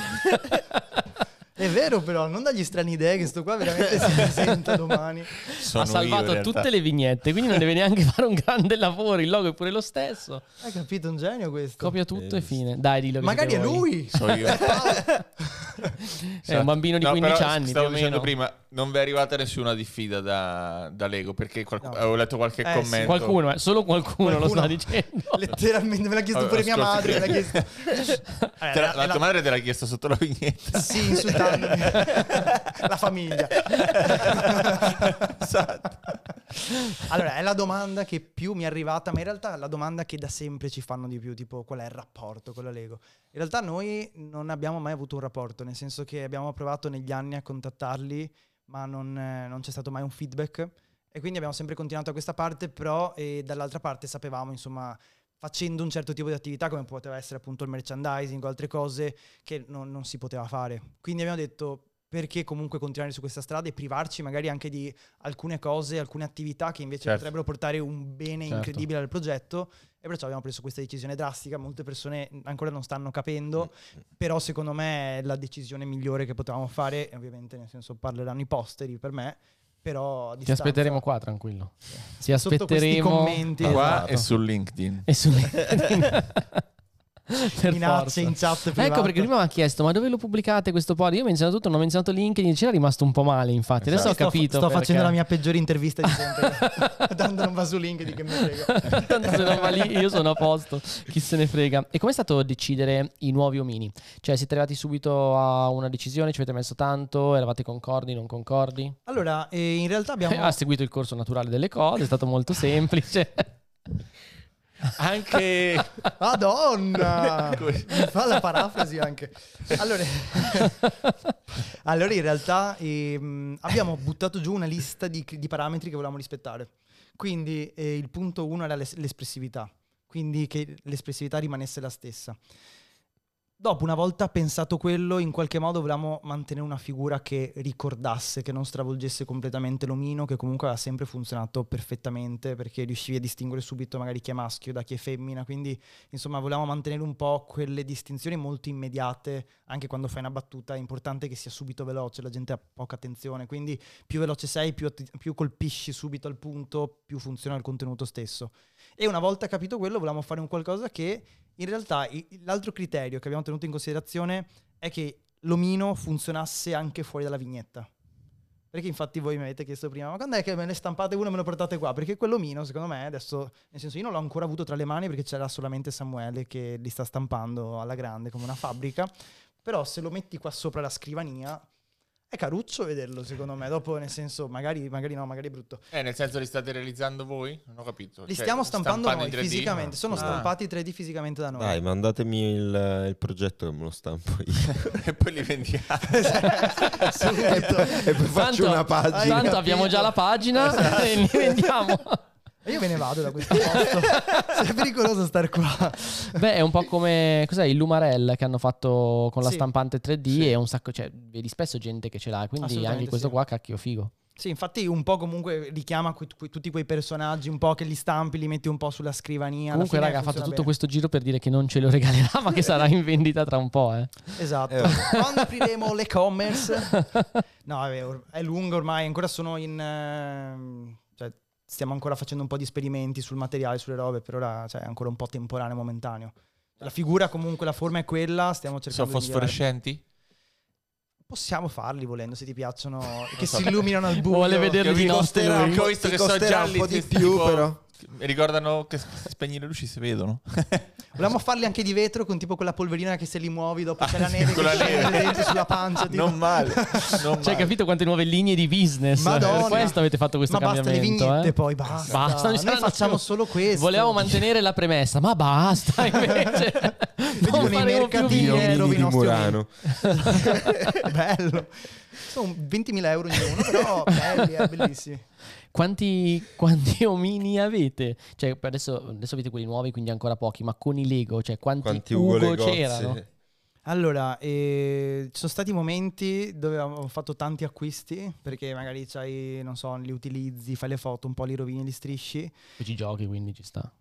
È vero, però non dagli strane idee che sto qua veramente si presenta domani. Sono ha salvato io, in tutte realtà. le vignette, quindi non deve neanche fare un grande lavoro, il logo è pure lo stesso. Hai capito, un genio questo. Copia tutto e fine. Dai, dillo che Magari è siete voi. lui. So io. È un bambino di No, 15 però anni. stavo più o dicendo meno. prima, non vi è arrivata nessuna diffida da Lego, perché No. avevo letto qualche Sì. commento. Qualcuno, solo qualcuno lo sta dicendo. Letteralmente me l'ha chiesto pure mia Ascolti, madre. Me l'ha chiesto. La tua madre te l'ha chiesto sotto la vignetta. Sì, insultandomi. La famiglia. Esatto. Allora, è la domanda che più mi è arrivata, ma in realtà è la domanda che da sempre ci fanno di più, tipo qual è il rapporto con la Lego. In realtà noi non abbiamo mai avuto un rapporto, nel senso che abbiamo provato negli anni a contattarli, ma non c'è stato mai un feedback, e quindi abbiamo sempre continuato a questa parte, però dall'altra parte sapevamo, insomma, facendo un certo tipo di attività come poteva essere appunto il merchandising o altre cose, che non si poteva fare. Quindi abbiamo detto, perché comunque continuare su questa strada e privarci magari anche di alcune cose, alcune attività che invece Certo. potrebbero portare un bene Certo. incredibile al progetto, e perciò abbiamo preso questa decisione drastica. Molte persone ancora non stanno capendo, però secondo me è la decisione migliore che potevamo fare, e ovviamente nel senso parleranno i posteri per me, però a Ti distanza, aspetteremo qua, tranquillo. Ti sotto questi aspetteremo commenti, Qua esatto. e su LinkedIn. e su LinkedIn. Per minacce forza. in chat privata. Ecco perché prima mi ha chiesto ma dove lo pubblicate questo pod? Io ho menzionato tutto, non ho menzionato LinkedIn, c'era rimasto un po' male infatti. Adesso ho capito Sto perché. facendo la mia peggiore intervista di sempre. Tanto non va su LinkedIn, che mi frega. Tanto se non va lì io sono a posto, chi se ne frega. E com'è stato decidere i nuovi omini? Cioè siete arrivati subito a una decisione, ci avete messo tanto, eravate concordi, non concordi? Allora, in realtà abbiamo... Ha seguito il corso naturale delle cose, è stato molto semplice. Anche Madonna! Mi fa la parafrasi anche. Allora in realtà abbiamo buttato giù una lista di parametri che volevamo rispettare. Quindi il punto 1 era l'espressività, quindi che l'espressività rimanesse la stessa. Dopo, una volta pensato quello, in qualche modo volevamo mantenere una figura che ricordasse, che non stravolgesse completamente l'omino, che comunque aveva sempre funzionato perfettamente, perché riuscivi a distinguere subito magari chi è maschio da chi è femmina. Quindi, insomma, volevamo mantenere un po' quelle distinzioni molto immediate. Anche quando fai una battuta è importante che sia subito veloce, la gente ha poca attenzione. Quindi più veloce sei, più colpisci subito al punto, più funziona il contenuto stesso. E una volta capito quello, volevamo fare un qualcosa che... In realtà l'altro criterio che abbiamo tenuto in considerazione è che l'omino funzionasse anche fuori dalla vignetta. Perché infatti voi mi avete chiesto prima, ma quando è che me ne stampate uno e me lo portate qua? Perché quell'omino, secondo me, adesso, nel senso, io non l'ho ancora avuto tra le mani perché c'era solamente Samuele che li sta stampando alla grande come una fabbrica, però se lo metti qua sopra la scrivania... È caruccio vederlo, secondo me. Dopo, nel senso, magari no, magari è brutto. nel senso li state realizzando voi? Non ho capito. Li Cioè, stiamo stampando noi in 3D? fisicamente. Sono stampati 3D fisicamente da noi. Dai, mandatemi il progetto che me lo stampo io. E poi li vendiamo. Subito. E poi faccio una pagina. Tanto capito? abbiamo già la pagina e li vendiamo. E io me ne vado da questo posto. È pericoloso star qua. Beh, è un po' come cos'è il Lumarel che hanno fatto con la Sì. stampante 3D e un sacco, cioè vedi spesso gente che ce l'ha, quindi Assolutamente anche questo sì. qua cacchio figo. Sì, infatti un po' comunque richiama tutti quei personaggi, un po' che li stampi, li metti un po' sulla scrivania. Comunque alla fine raga, ha fatto funziona tutto bene. questo giro per dire che non ce lo regalerà, ma che sarà in vendita tra un po', Esatto. Quando apriremo l'e-commerce? No, è lungo ormai, ancora sono in... cioè, stiamo ancora facendo un po' di esperimenti sul materiale, sulle robe, per ora è ancora un po' temporaneo, momentaneo. La figura comunque, la forma è quella, stiamo Sono cercando di migliorare. fosforescenti? Possiamo farli volendo, se ti piacciono, che si illuminano al buio. Vuole vederli di notte costerà lui. un po', Ho visto ti che sono costerà gialli, un po' di questi più, tipo- però. Mi ricordano che spegni le luci si vedono. Volevamo farli anche di vetro con tipo quella polverina che se li muovi dopo c'è la neve con che la scende neve. dentro sulla pancia. Tipo. Non male. Non Cioè, male. capito quante nuove linee di business? Madonna. Per questo avete fatto questo Ma basta le cambiamento. vignette poi, basta. Basta, non Noi saranno facciamo più. solo questo. Volevamo mantenere la premessa, ma basta invece. Con Non i faremo più mercatini, vignette. rovi di nostri Murano. Bello. Sono 20.000 euro ognuno, però belli, bellissimi. Quanti omini avete? Cioè, adesso avete quelli nuovi, quindi ancora pochi, ma con i Lego, cioè quanti Ugo Ugo Legozzi? c'erano? Allora, ci sono stati momenti dove abbiamo fatto tanti acquisti, perché magari c'hai, non so, li utilizzi, fai le foto, un po' li rovini, li strisci. E ci giochi, quindi ci sta.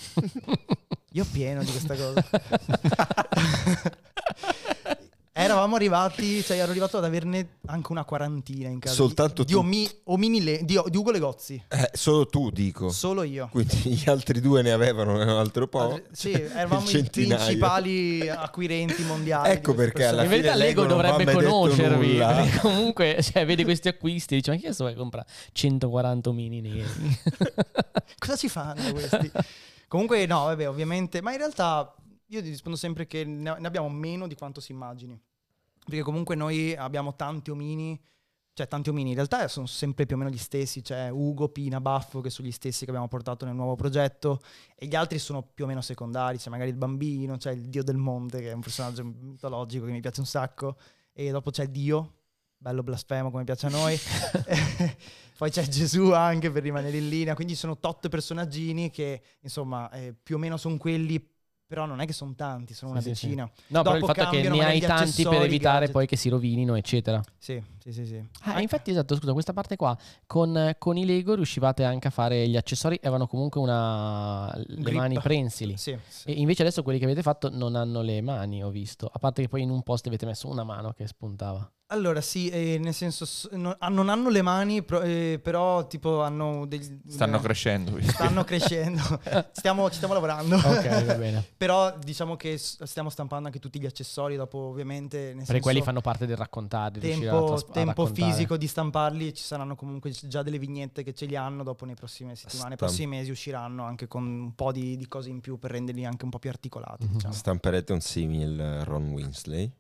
Io pieno di questa cosa. Eravamo arrivati, cioè ero arrivato ad averne anche una quarantina in casa. Soltanto di tu? di Ugo Legozzi. Solo tu, dico. Solo io. Quindi gli altri due ne avevano un altro po'. Sì, eravamo i Centinaio. principali acquirenti mondiali. Ecco di queste perché alla In persone. verità fine Lego non va dovrebbe mai detto conoscervi, nulla. perché comunque cioè, vede questi acquisti e dice: ma chi è sto che compra 140 omini neri? Cosa ci fanno questi? Comunque no, vabbè, ovviamente, ma in realtà io ti rispondo sempre che ne abbiamo meno di quanto si immagini, perché comunque noi abbiamo tanti omini, cioè tanti omini in realtà sono sempre più o meno gli stessi, cioè Ugo, Pina, Baffo, che sono gli stessi che abbiamo portato nel nuovo progetto, e gli altri sono più o meno secondari, c'è magari il bambino, c'è il dio del monte che è un personaggio mitologico che mi piace un sacco, e dopo c'è Dio, bello blasfemo come piace a noi. Poi c'è Gesù anche per rimanere in linea, quindi sono tot personaggini che insomma più o meno sono quelli, però non è che sono tanti, sono una Sì, sì, decina. No, però il Dopo fatto è che cambiano ne magari hai gli tanti per accessori, evitare gadget. poi che si rovinino, eccetera. Sì. Infatti, esatto, scusa, questa parte qua con i Lego riuscivate anche a fare gli accessori, avevano comunque le Grip. mani prensili. Sì. E invece adesso quelli che avete fatto non hanno le mani, ho visto. A parte che poi in un post avete messo una mano che spuntava. Allora sì, nel senso non hanno le mani, però tipo hanno Stanno crescendo. Stanno crescendo. Ci stiamo lavorando. Ok, va bene. Però diciamo che stiamo stampando anche tutti gli accessori dopo, ovviamente, nel Perché senso, quelli fanno parte del raccontare, di riuscire a tempo raccontare. fisico di stamparli, ci saranno comunque già delle vignette che ce li hanno, dopo nei prossime settimane, nei prossimi mesi usciranno anche con un po' di cose in più per renderli anche un po' più articolati, diciamo. Stamperete un simil Ron Weasley?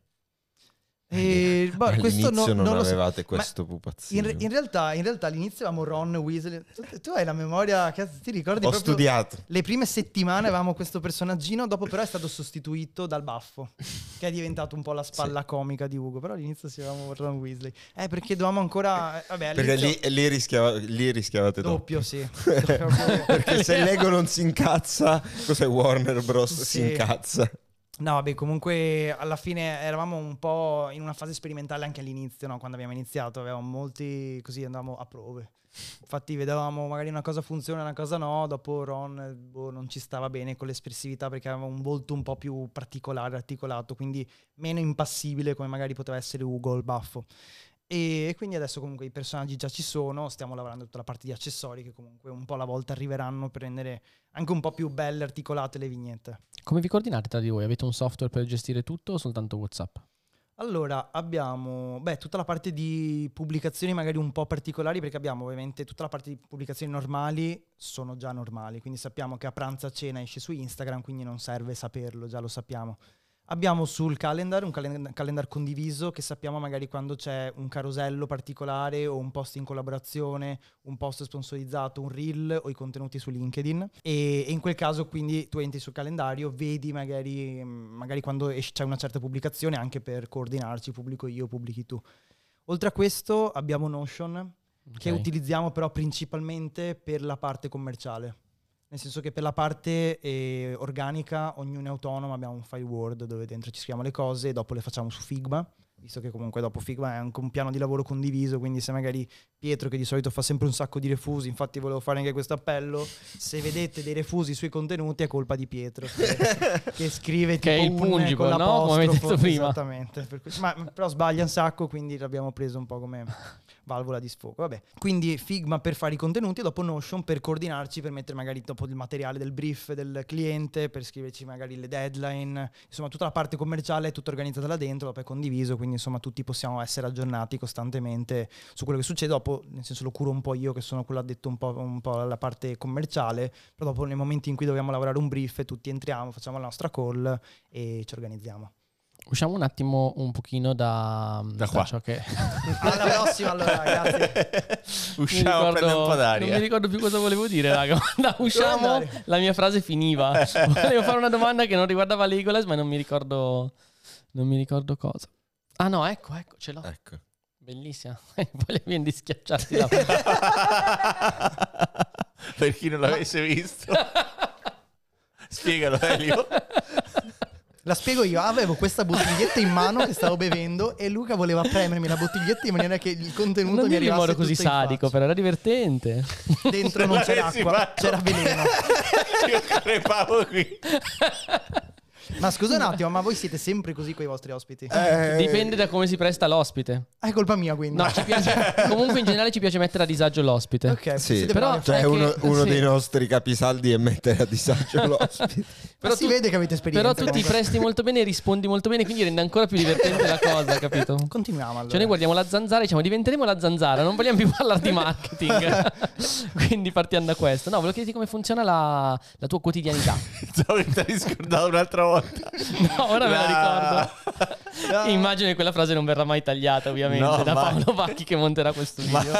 Questo All'inizio non lo so. avevate Ma questo pupazzino. in realtà all'inizio avevamo Ron Weasley. Tu hai la memoria, cazzo, ti ricordi Ho proprio studiato. le prime settimane avevamo questo personaggino, dopo però è stato sostituito dal Baffo, che è diventato un po' la spalla comica di Ugo, però all'inizio si avevamo Ron Weasley. Perché dovevamo ancora vabbè, Perché all'inizio lì rischiavate doppio, sì. Perché se Lego non si incazza, cos'è Warner Bros? Sì. Si incazza. No, vabbè, comunque alla fine eravamo un po' in una fase sperimentale anche all'inizio, no? Quando abbiamo iniziato avevamo molti, così andavamo a prove. Infatti vedevamo magari una cosa funziona, una cosa no, dopo Ron non ci stava bene con l'espressività perché aveva un volto un po' più particolare, articolato, quindi meno impassibile come magari poteva essere Ugo il Baffo. E quindi adesso comunque i personaggi già ci sono, stiamo lavorando tutta la parte di accessori che comunque un po' alla volta arriveranno per rendere anche un po' più belle, articolate le vignette. Come vi coordinate tra di voi? Avete un software per gestire tutto o soltanto WhatsApp? Allora, abbiamo tutta la parte di pubblicazioni magari un po' particolari, perché abbiamo ovviamente tutta la parte di pubblicazioni normali, sono già normali, quindi sappiamo che a pranzo a cena esce su Instagram, quindi non serve saperlo, già lo sappiamo. Abbiamo sul calendar un calendar condiviso che sappiamo magari quando c'è un carosello particolare o un post in collaborazione, un post sponsorizzato, un reel o i contenuti su LinkedIn, e in quel caso quindi tu entri sul calendario, vedi magari quando c'è una certa pubblicazione, anche per coordinarci, pubblico io, pubblichi tu. Oltre a questo abbiamo Notion, che utilizziamo però principalmente per la parte commerciale. Nel senso che per la parte organica ognuno è autonomo, abbiamo un file Word dove dentro ci scriviamo le cose e dopo le facciamo su Figma, visto che comunque dopo Figma è anche un piano di lavoro condiviso, quindi se magari Pietro, che di solito fa sempre un sacco di refusi, infatti volevo fare anche questo appello, se vedete dei refusi sui contenuti è colpa di Pietro, che scrive che tipo è il pungible, con no? Come avete detto prima. Esattamente, ma però sbaglia un sacco, quindi l'abbiamo preso un po' come valvola di sfogo. Vabbè, quindi Figma per fare i contenuti e dopo Notion per coordinarci, per mettere magari dopo il materiale del brief del cliente, per scriverci magari le deadline, insomma tutta la parte commerciale è tutta organizzata là dentro, dopo è condiviso, quindi insomma tutti possiamo essere aggiornati costantemente su quello che succede. Dopo, nel senso, lo curo un po' io, che sono quello addetto un po' alla parte commerciale, però dopo nei momenti in cui dobbiamo lavorare un brief tutti entriamo, facciamo la nostra call e ci organizziamo. Usciamo un attimo un pochino da qua. ciò che... Alla prossima allora, grazie. Usciamo a prendere un po' d'aria. Non mi ricordo più cosa volevo dire, raga. Usciamo, andare? la mia frase finiva. Volevo fare una domanda che non riguardava Legolas, ma non mi ricordo cosa. Ah no, ecco, ce l'ho. Ecco. Bellissima. Volevi di schiacciarti la Per chi non l'avesse visto. Spiegalo, Elio. La spiego io, avevo questa bottiglietta in mano che stavo bevendo e Luca voleva premermi la bottiglietta in maniera che il contenuto non mi dirlo in arrivasse modo così tutto in sadico, faccia. però era divertente. Dentro non c'era l'avessi acqua, fatto. c'era veleno. Io crepavo qui. Ma scusa un attimo, ma voi siete sempre così con i vostri ospiti? Dipende da come si presta l'ospite. È colpa mia, quindi. No, ci piace, comunque in generale ci piace mettere a disagio l'ospite. Ok, Sì, siete però- bravi. Cioè, È che- uno sì. dei nostri capisaldi è mettere a disagio l'ospite. Però si vede che avete esperienza. Però tu ti comunque. presti molto bene e rispondi molto bene, quindi rende ancora più divertente la cosa, capito? Continuiamo allora. Cioè noi guardiamo la zanzara e diciamo diventeremo la zanzara, non vogliamo più parlare di marketing. Quindi partiamo da questo. No, volevo chiederti come funziona la tua quotidianità. Pensavo che ti eri scordato un'altra volta. No, ora me la ricordo. Immagino che quella frase non verrà mai tagliata, ovviamente, No, da mai. Paolo Vacchi che monterà questo video.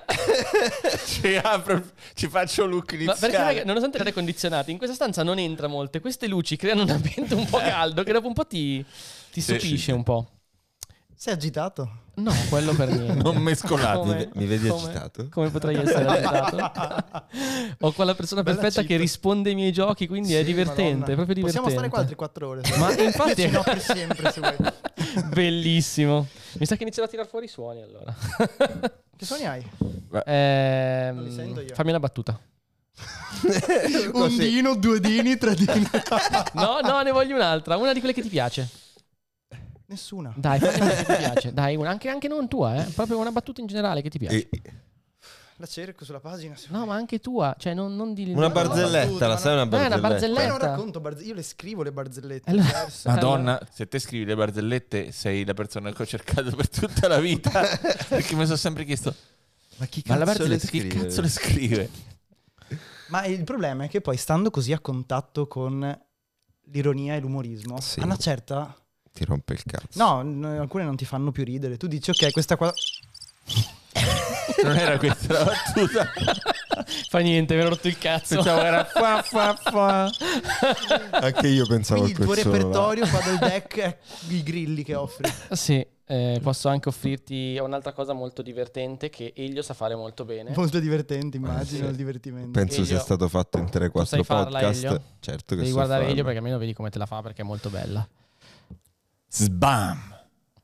Ci faccio look Ma iniziale. perché raga, nonostante l'aria condizionata in questa stanza non entra molto e queste luci creano un ambiente un po' caldo che dopo un po' ti stupisce un po'. Sei agitato? No, quello per niente. Non mescolati. Come- Mi vedi come- agitato? Come potrei essere agitato? Ho quella persona Bella perfetta che cheat. risponde ai miei giochi, quindi è Sì, divertente, Madonna. è proprio divertente. Possiamo stare qua altre 4 ore. Ma infatti Io ci no per sempre se vuoi. bellissimo. Mi sa che inizierò a tirar fuori i suoni allora. Che suoni hai? Non li sento io. Fammi una battuta. Un dino, 2 dini, 3 dini. No, ne voglio un'altra. Una di quelle che ti piace. Nessuna. Dai, fammi una che ti piace. Dai, una, anche non tua, proprio una battuta in generale che ti piace. La cerco sulla pagina. se No, vuoi. ma anche tua. Cioè, non di... Una no, barzelletta, battuta, la ma sai una no, è una barzelletta? Ma io non barzelletta. racconto barzellette. Io le scrivo le barzellette. Allora- diverse. Madonna, se te scrivi le barzellette sei la persona che ho cercato per tutta la vita. Perché mi sono sempre chiesto, Ma chi ma la cazzo le barzelletta che scrive? cazzo le scrive? Ma il problema è che poi stando così a contatto con l'ironia e l'umorismo, Sì. a una certa... Ti rompe il cazzo. No, alcune non ti fanno più ridere. Tu dici, ok, questa qua... Non era questa la battuta. Fa niente, mi ero rotto il cazzo. Pensavo era fa fa fa. Anche io pensavo Quindi a il tuo quel solo là. repertorio qua del deck è i grilli che offri. Sì, posso anche offrirti un'altra cosa molto divertente che Elio sa fare molto bene. Molto divertente, immagino, Sì. il divertimento. Penso sia Elio, stato fatto in 3-4 sai farla, podcast. Elio? Certo che Devi so guardare farlo. Elio perché almeno vedi come te la fa perché è molto bella. Sbam.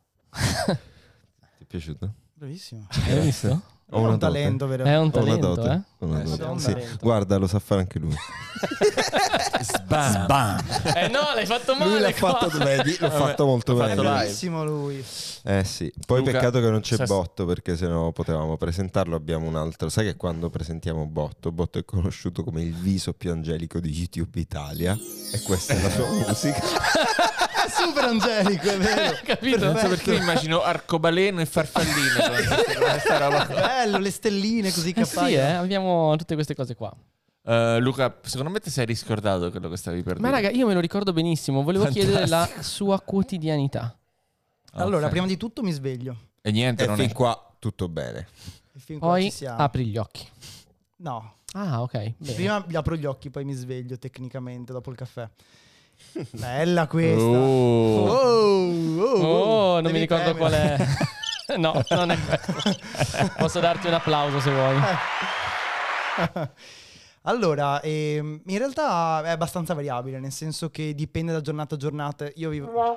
Ti è piaciuto? Bravissimo. Hai visto? Ho È una un dote. talento, vero? È un Ho una talento, dote. eh? Ho una sì, dote. è un Sì. talento. Guarda, lo sa fare anche lui. Sbam. No, l'hai fatto male. Lui l'ha qua. fatto, vedi? L'ho fatto molto l'ho bene. fatto live. Bravissimo lui. Eh sì, poi Luca, peccato che non c'è sa- Botto perché sennò potevamo presentarlo, abbiamo un altro. Sai che quando presentiamo Botto è conosciuto come il viso più angelico di YouTube Italia e questa è la sua musica. È super angelico, è vero. Capito? Non so perché mi immagino arcobaleno e farfalline. Questa roba. Bello, le stelline così che Sì, abbiamo tutte queste cose qua. Luca, secondo me ti sei riscordato quello che stavi per Ma dire. raga, io me lo ricordo benissimo. Volevo Fantastico. chiedere la sua quotidianità. Allora, Ok. prima di tutto mi sveglio. E niente, E non fin è. qua tutto bene. E fin qua Poi ci siamo. apri gli occhi. No, Ah, ok. Bene. prima apro gli occhi, poi mi sveglio tecnicamente dopo il caffè. Bella questa. Oh. Oh, non Devi mi ricordo premere. qual è. No, non è questo. Posso darti un applauso se vuoi. Allora, in realtà è abbastanza variabile, nel senso che dipende da giornata a giornata. Io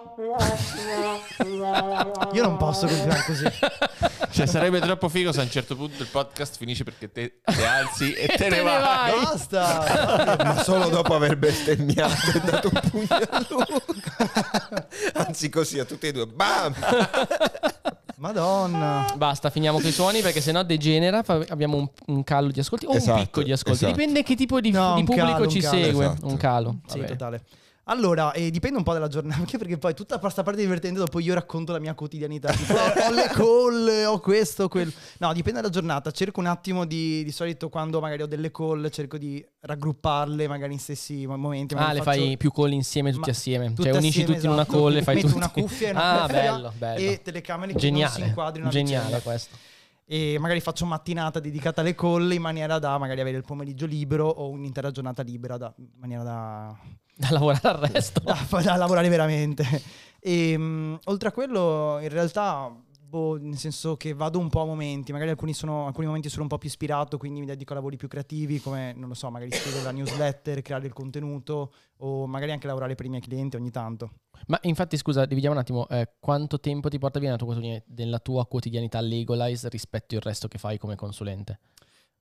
non posso continuare così. Cioè, sarebbe troppo figo se a un certo punto il podcast finisce perché te alzi e te ne vai. Basta! Ma solo dopo aver bestemmiato e dato un pugno a Luca. Anzi così a tutti e due. Bam! Madonna. Basta, finiamo con i suoni perché sennò degenera. Abbiamo un calo di ascolti o Esatto, un picco di ascolti. esatto. Dipende che tipo di No, un pubblico calo, ci un calo, segue. esatto. Un calo. Sì, Vabbè. totale. Allora, dipende un po' dalla giornata, anche perché poi tutta questa parte divertente dopo io racconto la mia quotidianità, tipo ho le call, ho questo, quello. No, dipende dalla giornata, cerco un attimo di solito quando magari ho delle call, cerco di raggrupparle magari in stessi momenti. Ah, magari le faccio- fai più call insieme, tutti Ma- assieme. tutte Cioè unisci assieme, tutti in una esatto. call e fai Metto tutti. una cuffia e una Ah, cuffia bello, bello. e telecamere che non si Geniale. inquadrino a Geniale vicenda. questo. E magari faccio mattinata dedicata alle call in maniera da magari avere il pomeriggio libero o un'intera giornata libera in maniera Da lavorare al resto. da lavorare veramente. E oltre a quello, in realtà, nel senso che vado un po' a momenti, magari alcuni momenti sono un po' più ispirato, quindi mi dedico a lavori più creativi, come, non lo so, magari scrivere la newsletter, creare il contenuto, o magari anche lavorare per i miei clienti ogni tanto. Ma infatti, scusa, dividiamo un attimo. Quanto tempo ti porta via nella tua quotidianità Legolize rispetto al resto che fai come consulente?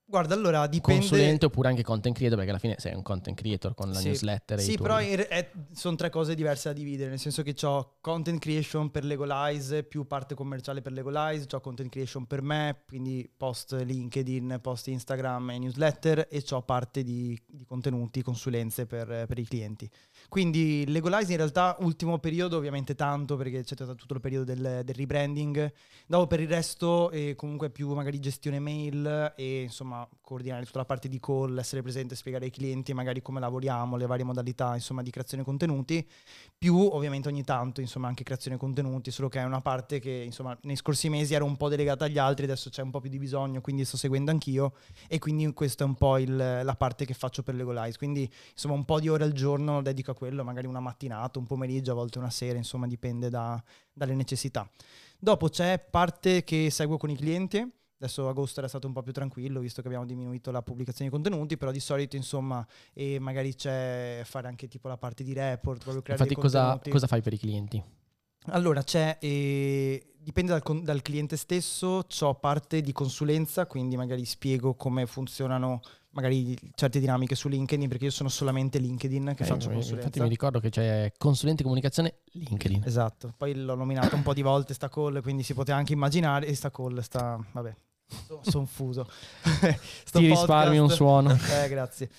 Guarda, allora dipende. Consulente oppure anche content creator, perché alla fine sei un content creator con la Sì. newsletter. Sì, però sono 3 cose diverse da dividere, nel senso che ho content creation per Legolize, più parte commerciale per Legolize, ho content creation per me, quindi post LinkedIn, post Instagram e newsletter, e ho parte di contenuti, consulenze per i clienti. Quindi Legolize in realtà ultimo periodo ovviamente tanto, perché c'è stato tutto il periodo del rebranding. Dopo per il resto comunque più magari gestione mail e insomma coordinare tutta la parte di call, essere presente, spiegare ai clienti magari come lavoriamo, le varie modalità insomma di creazione contenuti, più ovviamente ogni tanto insomma anche creazione contenuti, solo che è una parte che insomma nei scorsi mesi era un po' delegata agli altri, adesso c'è un po' più di bisogno, quindi sto seguendo anch'io, e quindi questa è un po' la parte che faccio per Legolize, quindi insomma un po' di ore al giorno dedico a quello, magari una mattinata, un pomeriggio, a volte una sera, insomma dipende dalle necessità. Dopo c'è parte che seguo con i clienti. Adesso agosto era stato un po' più tranquillo, visto che abbiamo diminuito la pubblicazione di contenuti, però di solito insomma magari c'è fare anche tipo la parte di report, proprio creare Infatti dei contenuti. cosa fai per i clienti? Allora c'è, dipende dal cliente stesso, c'ho parte di consulenza, quindi magari spiego come funzionano magari certe dinamiche su LinkedIn, perché io sono solamente LinkedIn che faccio consulenza. Infatti mi ricordo che c'è consulente comunicazione LinkedIn. Esatto, poi l'ho nominato un po' di volte sta call, quindi si poteva anche immaginare, e sta call, vabbè, sono fuso. Ti risparmi un suono. Grazie.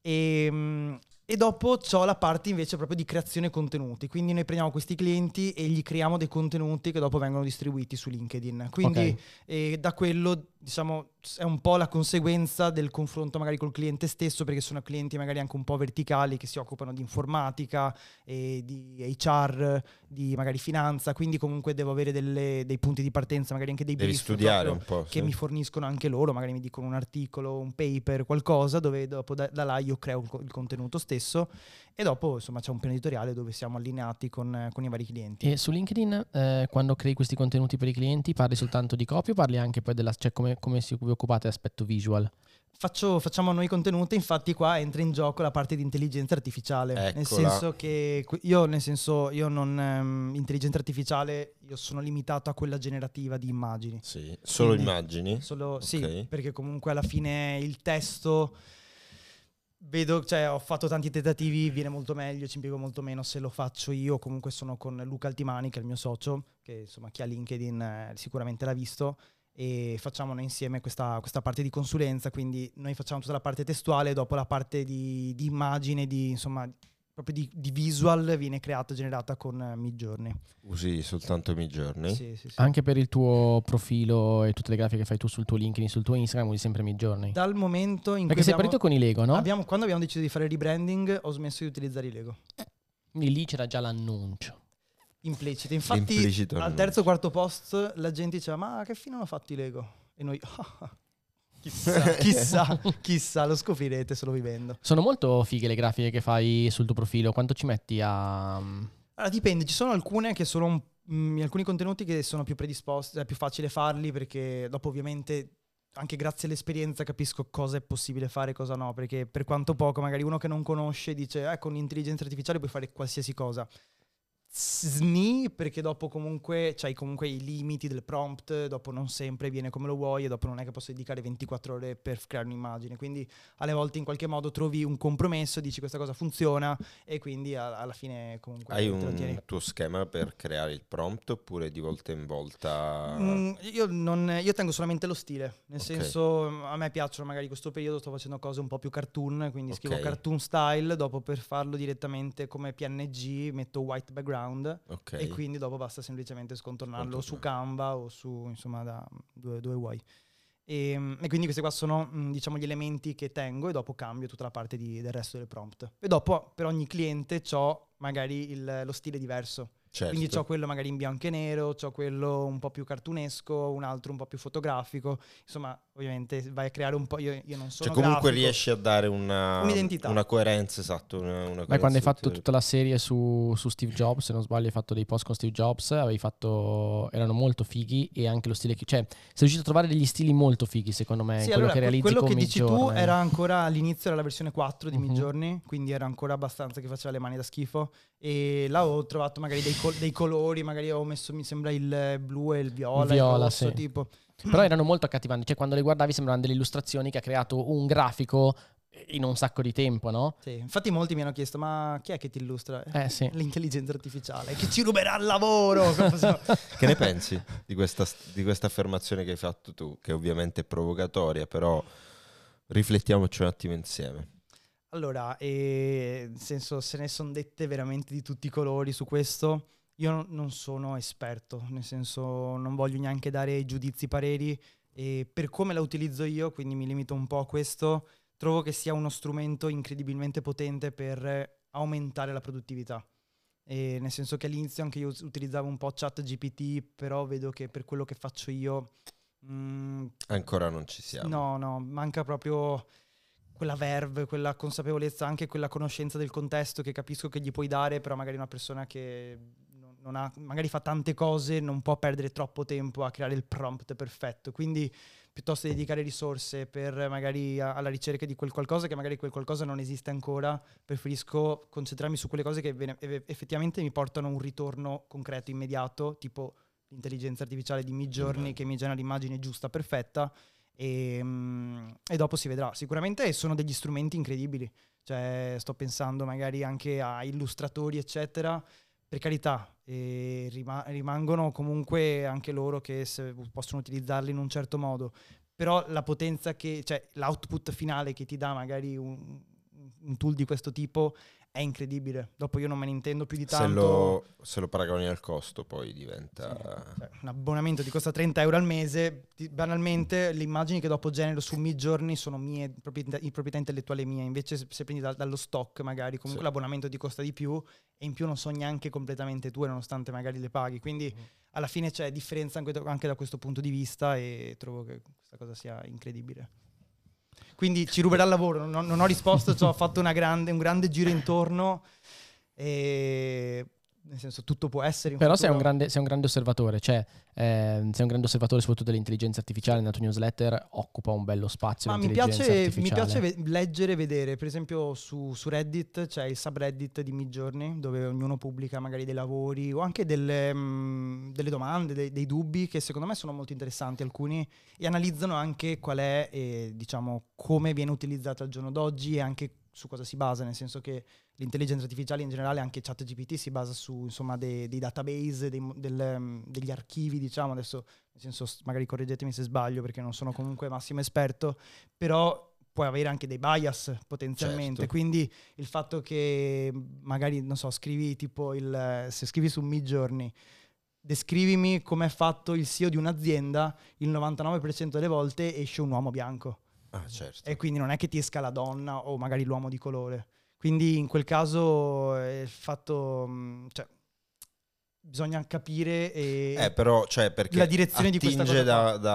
E dopo c'ho la parte invece proprio di creazione contenuti, quindi noi prendiamo questi clienti e gli creiamo dei contenuti che dopo vengono distribuiti su LinkedIn, quindi da quello diciamo è un po' la conseguenza del confronto magari col cliente stesso, perché sono clienti magari anche un po' verticali che si occupano di informatica e di HR, di magari finanza, quindi comunque devo avere dei punti di partenza, magari anche dei Devi brief studiare un po', che sì. mi forniscono anche loro, magari mi dicono un articolo, un paper, qualcosa, dove dopo da là io creo il contenuto stesso, e dopo insomma c'è un piano editoriale dove siamo allineati con i vari clienti. E su LinkedIn quando crei questi contenuti per i clienti parli soltanto di copy o parli anche poi cioè come si occupate dell'aspetto visual? Facciamo noi contenuti, infatti qua entra in gioco la parte di intelligenza artificiale. Eccola. Nel senso che io non intelligenza artificiale, io sono limitato a quella generativa di immagini. Sì, solo Quindi immagini? Sì, Ok. perché comunque alla fine il testo vedo, cioè ho fatto tanti tentativi, viene molto meglio, ci impiego molto meno se lo faccio io. Comunque sono con Luca Altimani, che è il mio socio, che insomma chi ha LinkedIn sicuramente l'ha visto, e facciamo noi insieme questa parte di consulenza, quindi noi facciamo tutta la parte testuale e dopo la parte di immagine, insomma proprio di visual viene creata e generata con Midjourney. Usi soltanto Midjourney? Sì. Anche per il tuo profilo e tutte le grafiche che fai tu sul tuo LinkedIn, sul tuo Instagram, usi sempre Midjourney? Dal momento in Perché cui sei partito con i Lego, no? quando abbiamo deciso di fare il rebranding, ho smesso di utilizzare i Lego. Quindi lì c'era già l'annuncio. Implicito. Infatti Implicito al annuncio. terzo o quarto post la gente diceva: ma che fine hanno fatto i Lego? E noi chissà, lo scoprirete solo vivendo. Sono molto fighe le grafiche che fai sul tuo profilo. Quanto ci metti a... Allora dipende, ci sono alcune che sono alcuni contenuti che sono più predisposti, è più facile farli, perché dopo ovviamente anche grazie all'esperienza capisco cosa è possibile fare e cosa no, perché per quanto poco magari uno che non conosce dice con l'intelligenza artificiale puoi fare qualsiasi cosa. Sni, perché dopo comunque c'hai comunque i limiti del prompt, dopo non sempre viene come lo vuoi e dopo non è che posso dedicare 24 ore per creare un'immagine, quindi alle volte in qualche modo trovi un compromesso, dici questa cosa funziona e quindi alla fine comunque Hai te lo tieni. un tuo schema per creare il prompt oppure di volta in volta? Io tengo solamente lo stile, nel Ok. senso a me piacciono, magari in questo periodo sto facendo cose un po' più cartoon, quindi scrivo Ok. cartoon style, dopo per farlo direttamente come PNG metto white background. Ok. E quindi dopo basta semplicemente scontornarlo su Contornare. Canva o su insomma da dove vuoi. E quindi questi qua sono diciamo gli elementi che tengo e dopo cambio tutta la parte del resto del prompt. E dopo per ogni cliente c'ho magari lo stile diverso. Certo. Quindi c'ho quello magari in bianco e nero, c'ho quello un po' più cartunesco, un altro un po' più fotografico. Insomma, ovviamente vai a creare un po'. Io non sono Cioè comunque grafico. riesci a dare Un'identità. una coerenza, esatto. Una Beh, coerenza quando hai fatto ulteriore. tutta la serie su Steve Jobs, se non sbaglio, hai fatto dei post con Steve Jobs, erano molto fighi e anche lo stile cioè sei riuscito a trovare degli stili molto fighi secondo me, Sì, quello allora, che realizzi quello con che dici tu Midjourney. era ancora all'inizio, era la versione 4 di Mhm. Midjourney, quindi era ancora abbastanza che faceva le mani da schifo, e là ho trovato magari dei colori, magari ho messo mi sembra il blu e il viola, il rosso, sì. tipo Però erano molto accattivanti, cioè quando le guardavi sembravano delle illustrazioni che ha creato un grafico in un sacco di tempo, no? Sì, infatti molti mi hanno chiesto, ma chi è che ti illustra? Sì. L'intelligenza artificiale, che ci ruberà il lavoro! Che ne pensi di questa affermazione che hai fatto tu, che ovviamente è provocatoria, però riflettiamoci un attimo insieme. Allora, nel senso, se ne sono dette veramente di tutti i colori su questo. Io non sono esperto, nel senso non voglio neanche dare giudizi, pareri, e per come la utilizzo io, quindi mi limito un po' a questo, trovo che sia uno strumento incredibilmente potente per aumentare la produttività. E nel senso che all'inizio anche io utilizzavo un po' ChatGPT, però vedo che per quello che faccio io... Ancora non ci siamo. No, manca proprio quella verve, quella consapevolezza, anche quella conoscenza del contesto che capisco che gli puoi dare, però magari una persona che non ha, magari fa tante cose, non può perdere troppo tempo a creare il prompt perfetto. Quindi piuttosto di dedicare risorse per magari alla ricerca di quel qualcosa che magari quel qualcosa non esiste ancora, preferisco concentrarmi su quelle cose che effettivamente mi portano un ritorno concreto, immediato, tipo l'intelligenza artificiale di Midjourney che mi genera l'immagine giusta, perfetta, e dopo si vedrà. Sicuramente sono degli strumenti incredibili, cioè sto pensando magari anche a illustratori eccetera, per carità, rimangono comunque anche loro che possono utilizzarli in un certo modo, però la potenza cioè l'output finale che ti dà magari un tool di questo tipo è incredibile. Dopo io non me ne intendo più di tanto. Se lo paragoni al costo poi diventa... Sì. Cioè, un abbonamento ti costa 30 euro al mese, banalmente le immagini che dopo genero su Midjourney sono mie, proprietà intellettuale mia, invece se prendi dallo stock magari comunque l'abbonamento ti costa di più e in più non sono neanche completamente tue nonostante magari le paghi, quindi alla fine c'è differenza anche da questo punto di vista e trovo che questa cosa sia incredibile. Quindi ci ruberà il lavoro, non ho risposto, ho fatto un grande giro intorno e nel senso tutto può essere in però futuro. sei un grande osservatore, cioè sei un grande osservatore soprattutto dell'intelligenza artificiale. Nella tua newsletter occupa un bello spazio. Ma mi piace leggere e vedere, per esempio su Reddit c'è il subreddit di Midjourney dove ognuno pubblica magari dei lavori o anche delle domande, dei dubbi che secondo me sono molto interessanti alcuni, e analizzano anche qual è diciamo come viene utilizzata al giorno d'oggi e anche su cosa si basa, nel senso che l'intelligenza artificiale in generale, anche ChatGPT, si basa su insomma dei database, degli archivi, diciamo, adesso nel senso magari correggetemi se sbaglio perché non sono comunque massimo esperto, però puoi avere anche dei bias potenzialmente, certo. Quindi il fatto che magari, non so, scrivi tipo se scrivi su Midjourney descrivimi com'è fatto il CEO di un'azienda, il 99% delle volte esce un uomo bianco. Ah, certo. E quindi non è che ti esca la donna o magari l'uomo di colore. Quindi in quel caso il fatto, cioè, bisogna capire però, cioè, perché la direzione di questa cosa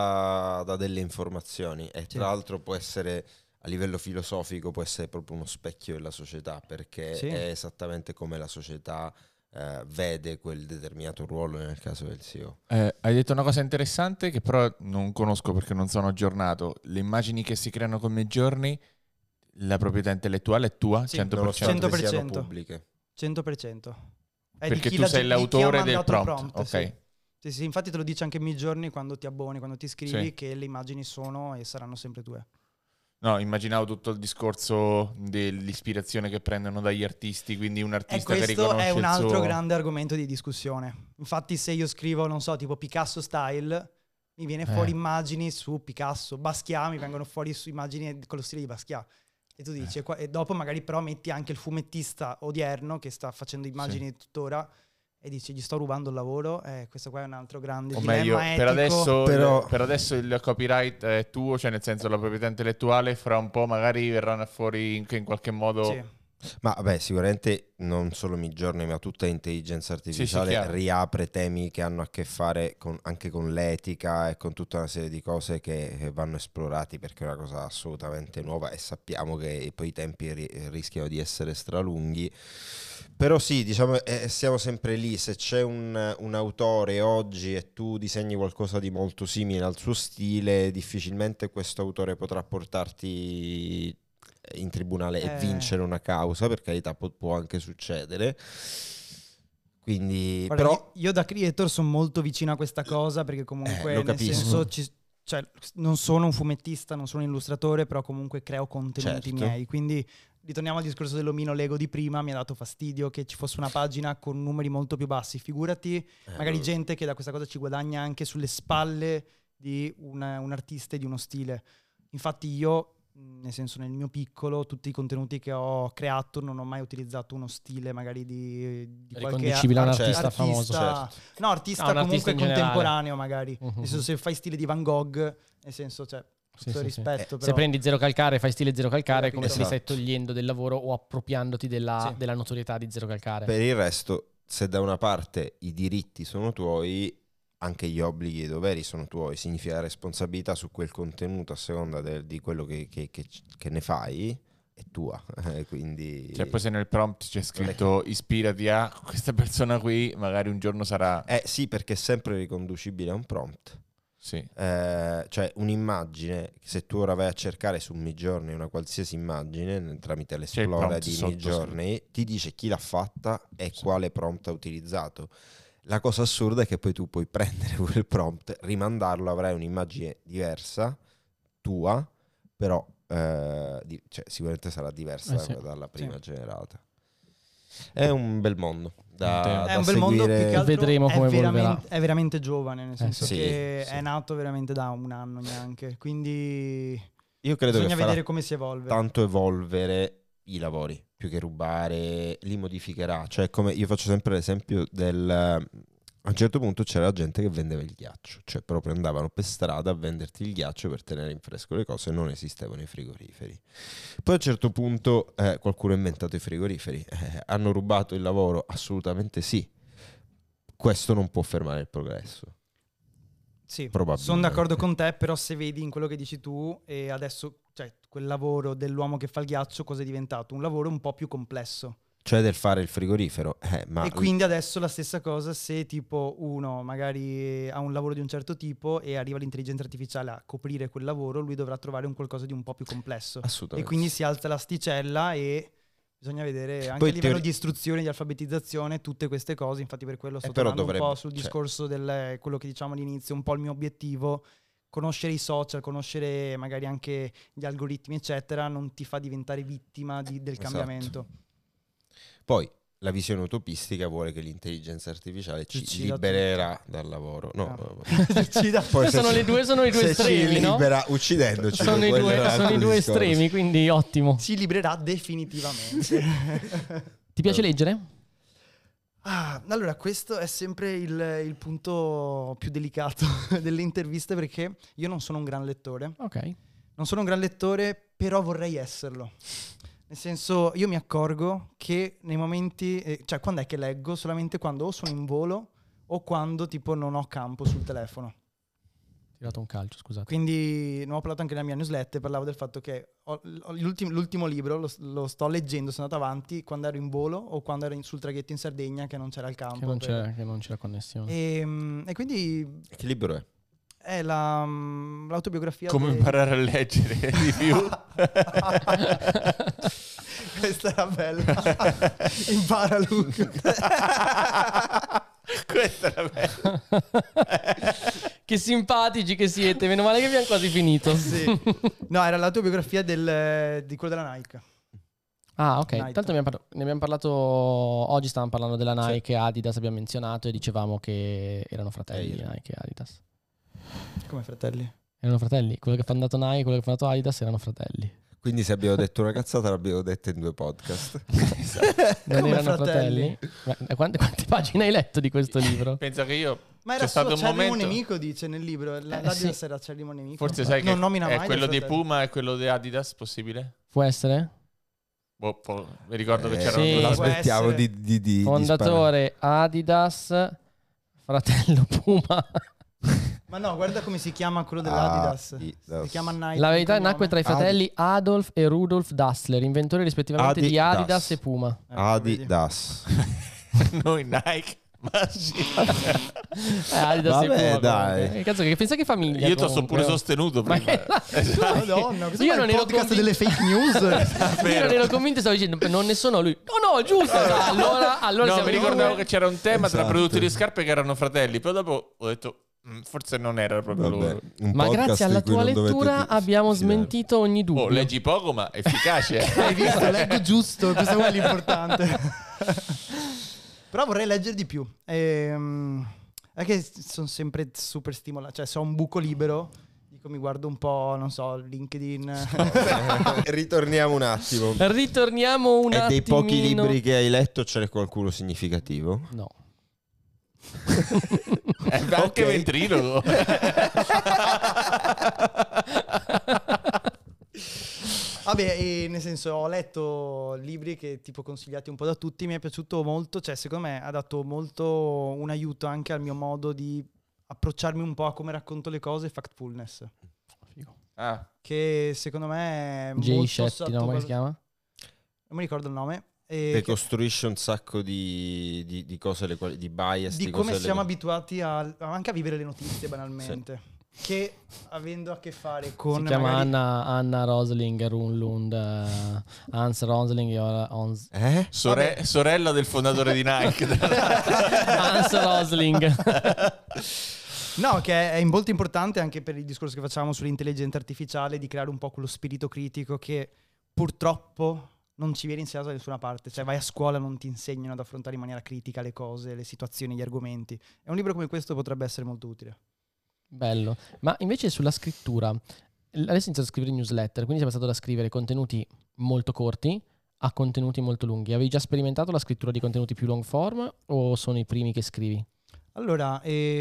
da delle informazioni e Sì. tra l'altro può essere a livello filosofico, può essere proprio uno specchio della società, perché Sì. è esattamente come la società vede quel determinato ruolo nel caso del CEO. Hai detto una cosa interessante che però non conosco perché non sono aggiornato. Le immagini che si creano con Midjourney, la proprietà intellettuale è tua? Sì, 100%? Nonostante 100%. siano pubbliche. 100%. È Perché di chi tu sei di chi ha l'autore del mandato il prompt, ok. Sì, infatti te lo dice anche Midjourney quando ti abboni, quando ti iscrivi, Sì. che le immagini sono e saranno sempre tue. No, immaginavo tutto il discorso dell'ispirazione che prendono dagli artisti, quindi un artista che questo riconosce è un il altro suo... grande argomento di discussione. Infatti se io scrivo, non so, tipo Picasso style, mi viene fuori immagini su Picasso. Basquiat, mi vengono fuori su immagini con lo stile di Basquiat. E tu dici, e dopo magari però metti anche il fumettista odierno che sta facendo immagini tuttora e dici, gli sto rubando il lavoro. Questo qua è un altro grande O dilemma meglio, etico. per adesso il copyright è tuo, cioè nel senso la proprietà intellettuale, fra un po' magari verranno fuori in qualche modo... Sì. Ma vabbè, sicuramente non solo Midjourney, ma tutta l'intelligenza artificiale chiaro. riapre temi che hanno a che fare anche con l'etica e con tutta una serie di cose che vanno esplorati, perché è una cosa assolutamente nuova e sappiamo che poi i tempi rischiano di essere stralunghi. Però sì, diciamo, siamo sempre lì. Se c'è un autore oggi e tu disegni qualcosa di molto simile al suo stile, difficilmente questo autore potrà portarti in tribunale e vincere una causa, per carità, può anche succedere. Quindi Guarda, però io da creator sono molto vicino a questa cosa perché comunque lo nel capisco. senso cioè, non sono un fumettista, non sono un illustratore, però comunque creo contenuti Certo. miei, quindi ritorniamo al discorso dell'omino Lego di prima, mi ha dato fastidio che ci fosse una pagina con numeri molto più bassi, figurati magari gente che da questa cosa ci guadagna anche sulle spalle di un artista e di uno stile. Infatti io, nel senso nel mio piccolo, tutti i contenuti che ho creato non ho mai utilizzato uno stile magari di qualche Riconducibile a un artista famoso. Certo. No, artista No, un comunque artista in generale. contemporaneo magari. Mhm. Nel senso, se fai stile di Van Gogh, nel senso, cioè, Sì, tutto sì, rispetto, Se però. prendi Zero Calcare e fai stile Zero Calcare è come se Esatto. li stai togliendo del lavoro o appropriandoti della Sì. notorietà di Zero Calcare. Per il resto, se da una parte i diritti sono tuoi, anche gli obblighi e i doveri sono tuoi, significa la responsabilità su quel contenuto a seconda di quello che ne fai è tua. Quindi Cioè, poi se nel prompt c'è scritto ispirati a questa persona qui, magari un giorno sarà... sì, perché è sempre riconducibile a un prompt. Sì. Cioè un'immagine, se tu ora vai a cercare su Midjourney una qualsiasi immagine tramite il l'esplore prompt di sotto, Midjourney, ti dice chi l'ha fatta e quale prompt ha utilizzato. La cosa assurda è che poi tu puoi prendere quel prompt, rimandarlo, avrai un'immagine diversa, tua, però cioè, sicuramente sarà diversa Sì. dalla prima Sì. generata. È un bel mondo. Da È un bel mondo, più seguire. che altro Vedremo come evolverà. è veramente giovane, nel senso sì, che sì. è nato veramente da un anno neanche, quindi Io credo bisogna che farà vedere come si evolve. tanto evolvere i lavori, più che rubare, li modificherà. Cioè, come io faccio sempre l'esempio a un certo punto c'era gente che vendeva il ghiaccio, cioè proprio andavano per strada a venderti il ghiaccio per tenere in fresco le cose, non esistevano i frigoriferi. Poi a un certo punto qualcuno ha inventato i frigoriferi. Hanno rubato il lavoro? Assolutamente sì. Questo non può fermare il progresso. Sì, Probabilmente. sono d'accordo con te, però se vedi in quello che dici tu e adesso, cioè, quel lavoro dell'uomo che fa il ghiaccio cosa è diventato? Un lavoro un po' più complesso. Cioè del fare il frigorifero. Ma E quindi adesso la stessa cosa se tipo uno magari ha un lavoro di un certo tipo e arriva l'intelligenza artificiale a coprire quel lavoro, lui dovrà trovare un qualcosa di un po' più complesso. E assolutamente. quindi si alza l'asticella e bisogna vedere anche Poi a livello di istruzione, di alfabetizzazione, tutte queste cose. Infatti per quello sto però tornando un po' dovrebbe- sul cioè- discorso del quello che diciamo all'inizio, un po' il mio obiettivo. Conoscere i social, conoscere magari anche gli algoritmi, eccetera, non ti fa diventare vittima del Esatto. cambiamento. Poi la visione utopistica vuole che l'intelligenza artificiale ci Uccida libererà dal lavoro. No, Uccida- poi se sono ci- i due se estremi, ci no? libera uccidendoci. Sono i quello è un due altro discorso. estremi, quindi ottimo. Si libererà definitivamente. Ti piace leggere? Allora, questo è sempre il punto più delicato delle interviste perché io non sono un gran lettore. Ok. Non sono un gran lettore, però vorrei esserlo. Nel senso, io mi accorgo che nei momenti... cioè, quando è che leggo? Solamente quando o sono in volo o quando tipo non ho campo sul telefono. Ti ho dato un calcio, scusate. Quindi ne ho parlato anche nella mia newsletter, parlavo del fatto che l'ultimo libro lo sto leggendo, sono andato avanti quando ero in volo o quando ero sul traghetto in Sardegna che non c'era il campo. Che non c'è la connessione. E quindi Che libro è? è l'autobiografia Come di- imparare a leggere di più. Questa era bella. Impara Luca. Questa era bella. Che simpatici che siete, meno male che abbiamo quasi finito. Sì. No, era l'autobiografia di quello della Nike. Ah, ok. Nike. Tanto ne abbiamo parlato oggi, stavamo parlando della Nike e Adidas, abbiamo menzionato e dicevamo che erano fratelli Nike e Adidas. Come fratelli? Erano fratelli, quello che ha fondato Nike e quello che ha fondato Adidas erano fratelli. Quindi se abbiamo detto una cazzata l'abbiamo detta in 2 podcast. Non Come erano fratelli? Ma quante pagine hai letto di questo libro? Pensa che io... Ma era C'è stato solo un Cerrimo momento... Nemico, dice nel libro. L'Adidas sì. era Cerrimo Nemico. Forse sai che non nomina è mai quello dei di fratelli. Puma e quello di Adidas, possibile? Può essere? Boh, mi ricordo che c'erano sì. due Può Aspettiamo essere. di Fondatore Adidas, fratello Puma. Ma no, guarda come si chiama quello dell'Adidas. Si chiama Nike. La verità cognome. nacque tra i fratelli Adolf e Rudolf Dassler, inventori rispettivamente di Adidas. Adidas e Puma. Adidas. Noi Nike. Ma sì. Adidas Vabbè, e Puma. dai. comunque. Cazzo, che pensa che famiglia. Io ti ho comunque, pure oh. sostenuto Ma prima. che- Madonna, questo Io è non il ero podcast convinto- delle fake news. Io non ero convinto, stavo dicendo non ne sono lui. No, giusto. Allora No, siamo mi in ricordavo due. che c'era un tema tra Esatto. produttori di scarpe che erano fratelli, però dopo ho detto Forse non era proprio loro. un Ma podcast grazie alla di cui tua non dovete lettura abbiamo fidare. smentito ogni dubbio. Oh, leggi poco ma efficace. Hai visto? Leggo giusto, questo qua è l'importante. Però vorrei leggere di più. È che sono sempre super stimolato. Cioè, se ho un buco libero, dico mi guardo un po', non so, LinkedIn. Ritorniamo un attimo. Ritorniamo un E attimino. dei pochi libri che hai letto ce n'è qualcuno significativo? No. Anche ventriloquo. Vabbè, nel senso, ho letto libri che tipo consigliati un po' da tutti, mi è piaciuto molto, cioè secondo me ha dato molto un aiuto anche al mio modo di approcciarmi un po' a come racconto le cose, Factfulness, Ah, che secondo me è Jay molto Shetty, no, come si chiama? Non mi ricordo il nome. E Decostruisce un sacco di cose, di bias, di cose come siamo abituati anche a vivere le notizie banalmente. Sì. Che avendo a che fare con Si chiama magari- Anna Rosling Runlund, Hans Rosling e Hans sorella del fondatore di Nike. Hans Rosling. No, che è molto importante anche per il discorso che facciamo sull'intelligenza artificiale, di creare un po' quello spirito critico che purtroppo non ci viene insegnato da nessuna parte. Cioè vai a scuola, non ti insegnano ad affrontare in maniera critica le cose, le situazioni, gli argomenti. E un libro come questo potrebbe essere molto utile. Bello. Ma invece sulla scrittura, adesso ho iniziato a scrivere newsletter, quindi sei passato da scrivere contenuti molto corti a contenuti molto lunghi. Avevi già sperimentato la scrittura di contenuti più long form o sono i primi che scrivi? Allora,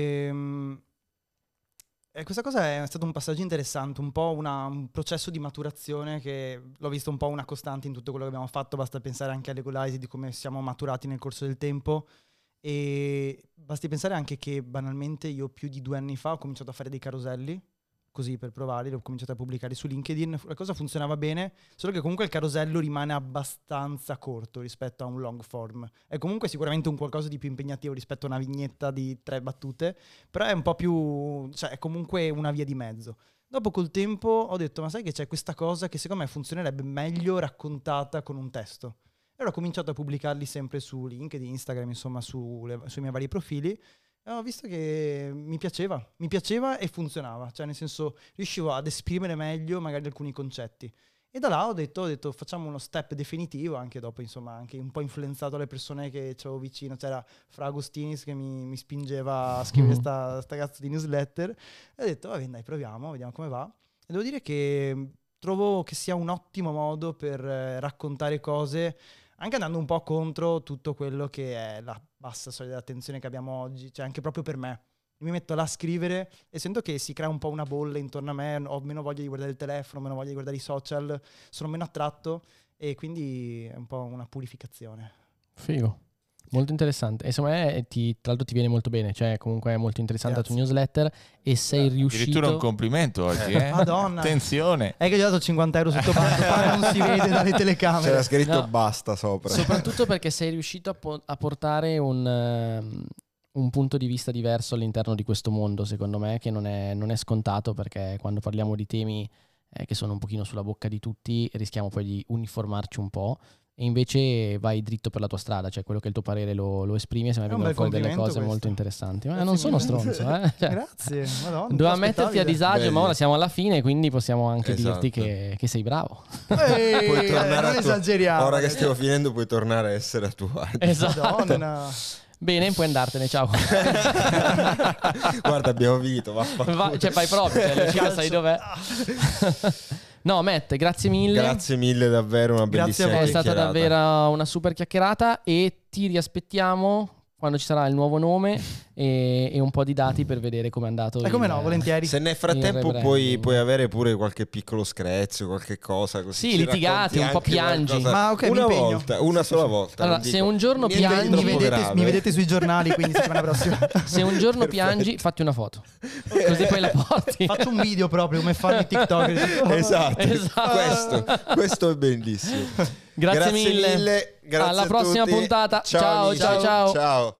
questa cosa è stato un passaggio interessante, un po' un processo di maturazione che l'ho visto un po' una costante in tutto quello che abbiamo fatto. Basta pensare anche alle Legolize, di come siamo maturati nel corso del tempo. E basti pensare anche che banalmente io più di 2 anni fa ho cominciato a fare dei caroselli, così per provare, li ho cominciato a pubblicare su LinkedIn, la cosa funzionava bene, solo che comunque il carosello rimane abbastanza corto rispetto a un long form. È comunque sicuramente un qualcosa di più impegnativo rispetto a una vignetta di 3 battute, però è un po' più, cioè è comunque una via di mezzo. Dopo col tempo ho detto, ma sai che c'è questa cosa che secondo me funzionerebbe meglio raccontata con un testo. E allora ho cominciato a pubblicarli sempre su LinkedIn, Instagram, insomma sui miei vari profili. E ho visto che mi piaceva e funzionava. Cioè nel senso riuscivo ad esprimere meglio magari alcuni concetti. E da là ho detto facciamo uno step definitivo, anche dopo insomma anche un po' influenzato dalle persone che c'avevo vicino. C'era Fra Agostinis che mi spingeva a scrivere sta cazzo di newsletter. E ho detto va bene dai, proviamo, vediamo come va. E devo dire che trovo che sia un ottimo modo per raccontare cose, anche andando un po' contro tutto quello che è la bassa soglia dell'attenzione che abbiamo oggi, cioè anche proprio per me. Mi metto là a scrivere e sento che si crea un po' una bolla intorno a me, ho meno voglia di guardare il telefono, meno voglia di guardare i social, sono meno attratto e quindi è un po' una purificazione. Figo. Molto interessante. E secondo me tra l'altro ti viene molto bene, cioè comunque è molto interessante la tua newsletter e sei riuscito... Addirittura un complimento oggi, eh? Madonna. Attenzione. È che gli ho dato 50 euro sotto banco, non si vede dalle telecamere. C'era scritto No. basta sopra. Soprattutto perché sei riuscito a portare un punto di vista diverso all'interno di questo mondo, secondo me, che non è scontato, perché quando parliamo di temi che sono un pochino sulla bocca di tutti rischiamo poi di uniformarci un po'. E invece vai dritto per la tua strada, cioè quello che è il tuo parere lo esprimi, se ne È un vengono bel fuori delle complimento cose molto questo. interessanti. Ma Grazie non sono mille. stronzo, eh? Cioè, Grazie, Madonna. doveva metterti a disagio, Vedi. ma ora siamo alla fine, quindi possiamo anche Esatto. dirti che sei bravo. Puoi tornare non a esageriamo. Ora che stiamo finendo puoi tornare a essere a tuo agio. Esatto. Madonna. Bene, puoi andartene, ciao. Guarda, abbiamo finito, vaffanculo. Cioè fai proprio, cioè, Lucia, sai dov'è? No, Matt, grazie mille. Grazie mille, davvero una Grazie a bellissima voi. È stata chiacchierata. davvero una super chiacchierata e ti riaspettiamo quando ci sarà il nuovo nome e un po' di dati per vedere com'è andato. E come no, volentieri. Se nel Il frattempo rebranding. puoi avere pure qualche piccolo screzio, qualche cosa così. Sì, ci litigate, racconti un po' anche piangi. qualcosa. Ma ok, mi una impegno. volta, una sola volta. Allora, non se dico un giorno niente di piangi- troppo mi grave. vedete sui giornali, quindi settimana prossima. Se un giorno piangi, fatti una foto. Così poi la porti. Faccio un video proprio come fanno i TikTok. Esatto, Esatto. questo è bellissimo. Grazie mille. Grazie Alla a prossima tutti. puntata. Ciao, Ciao, amici. ciao, ciao. Ciao.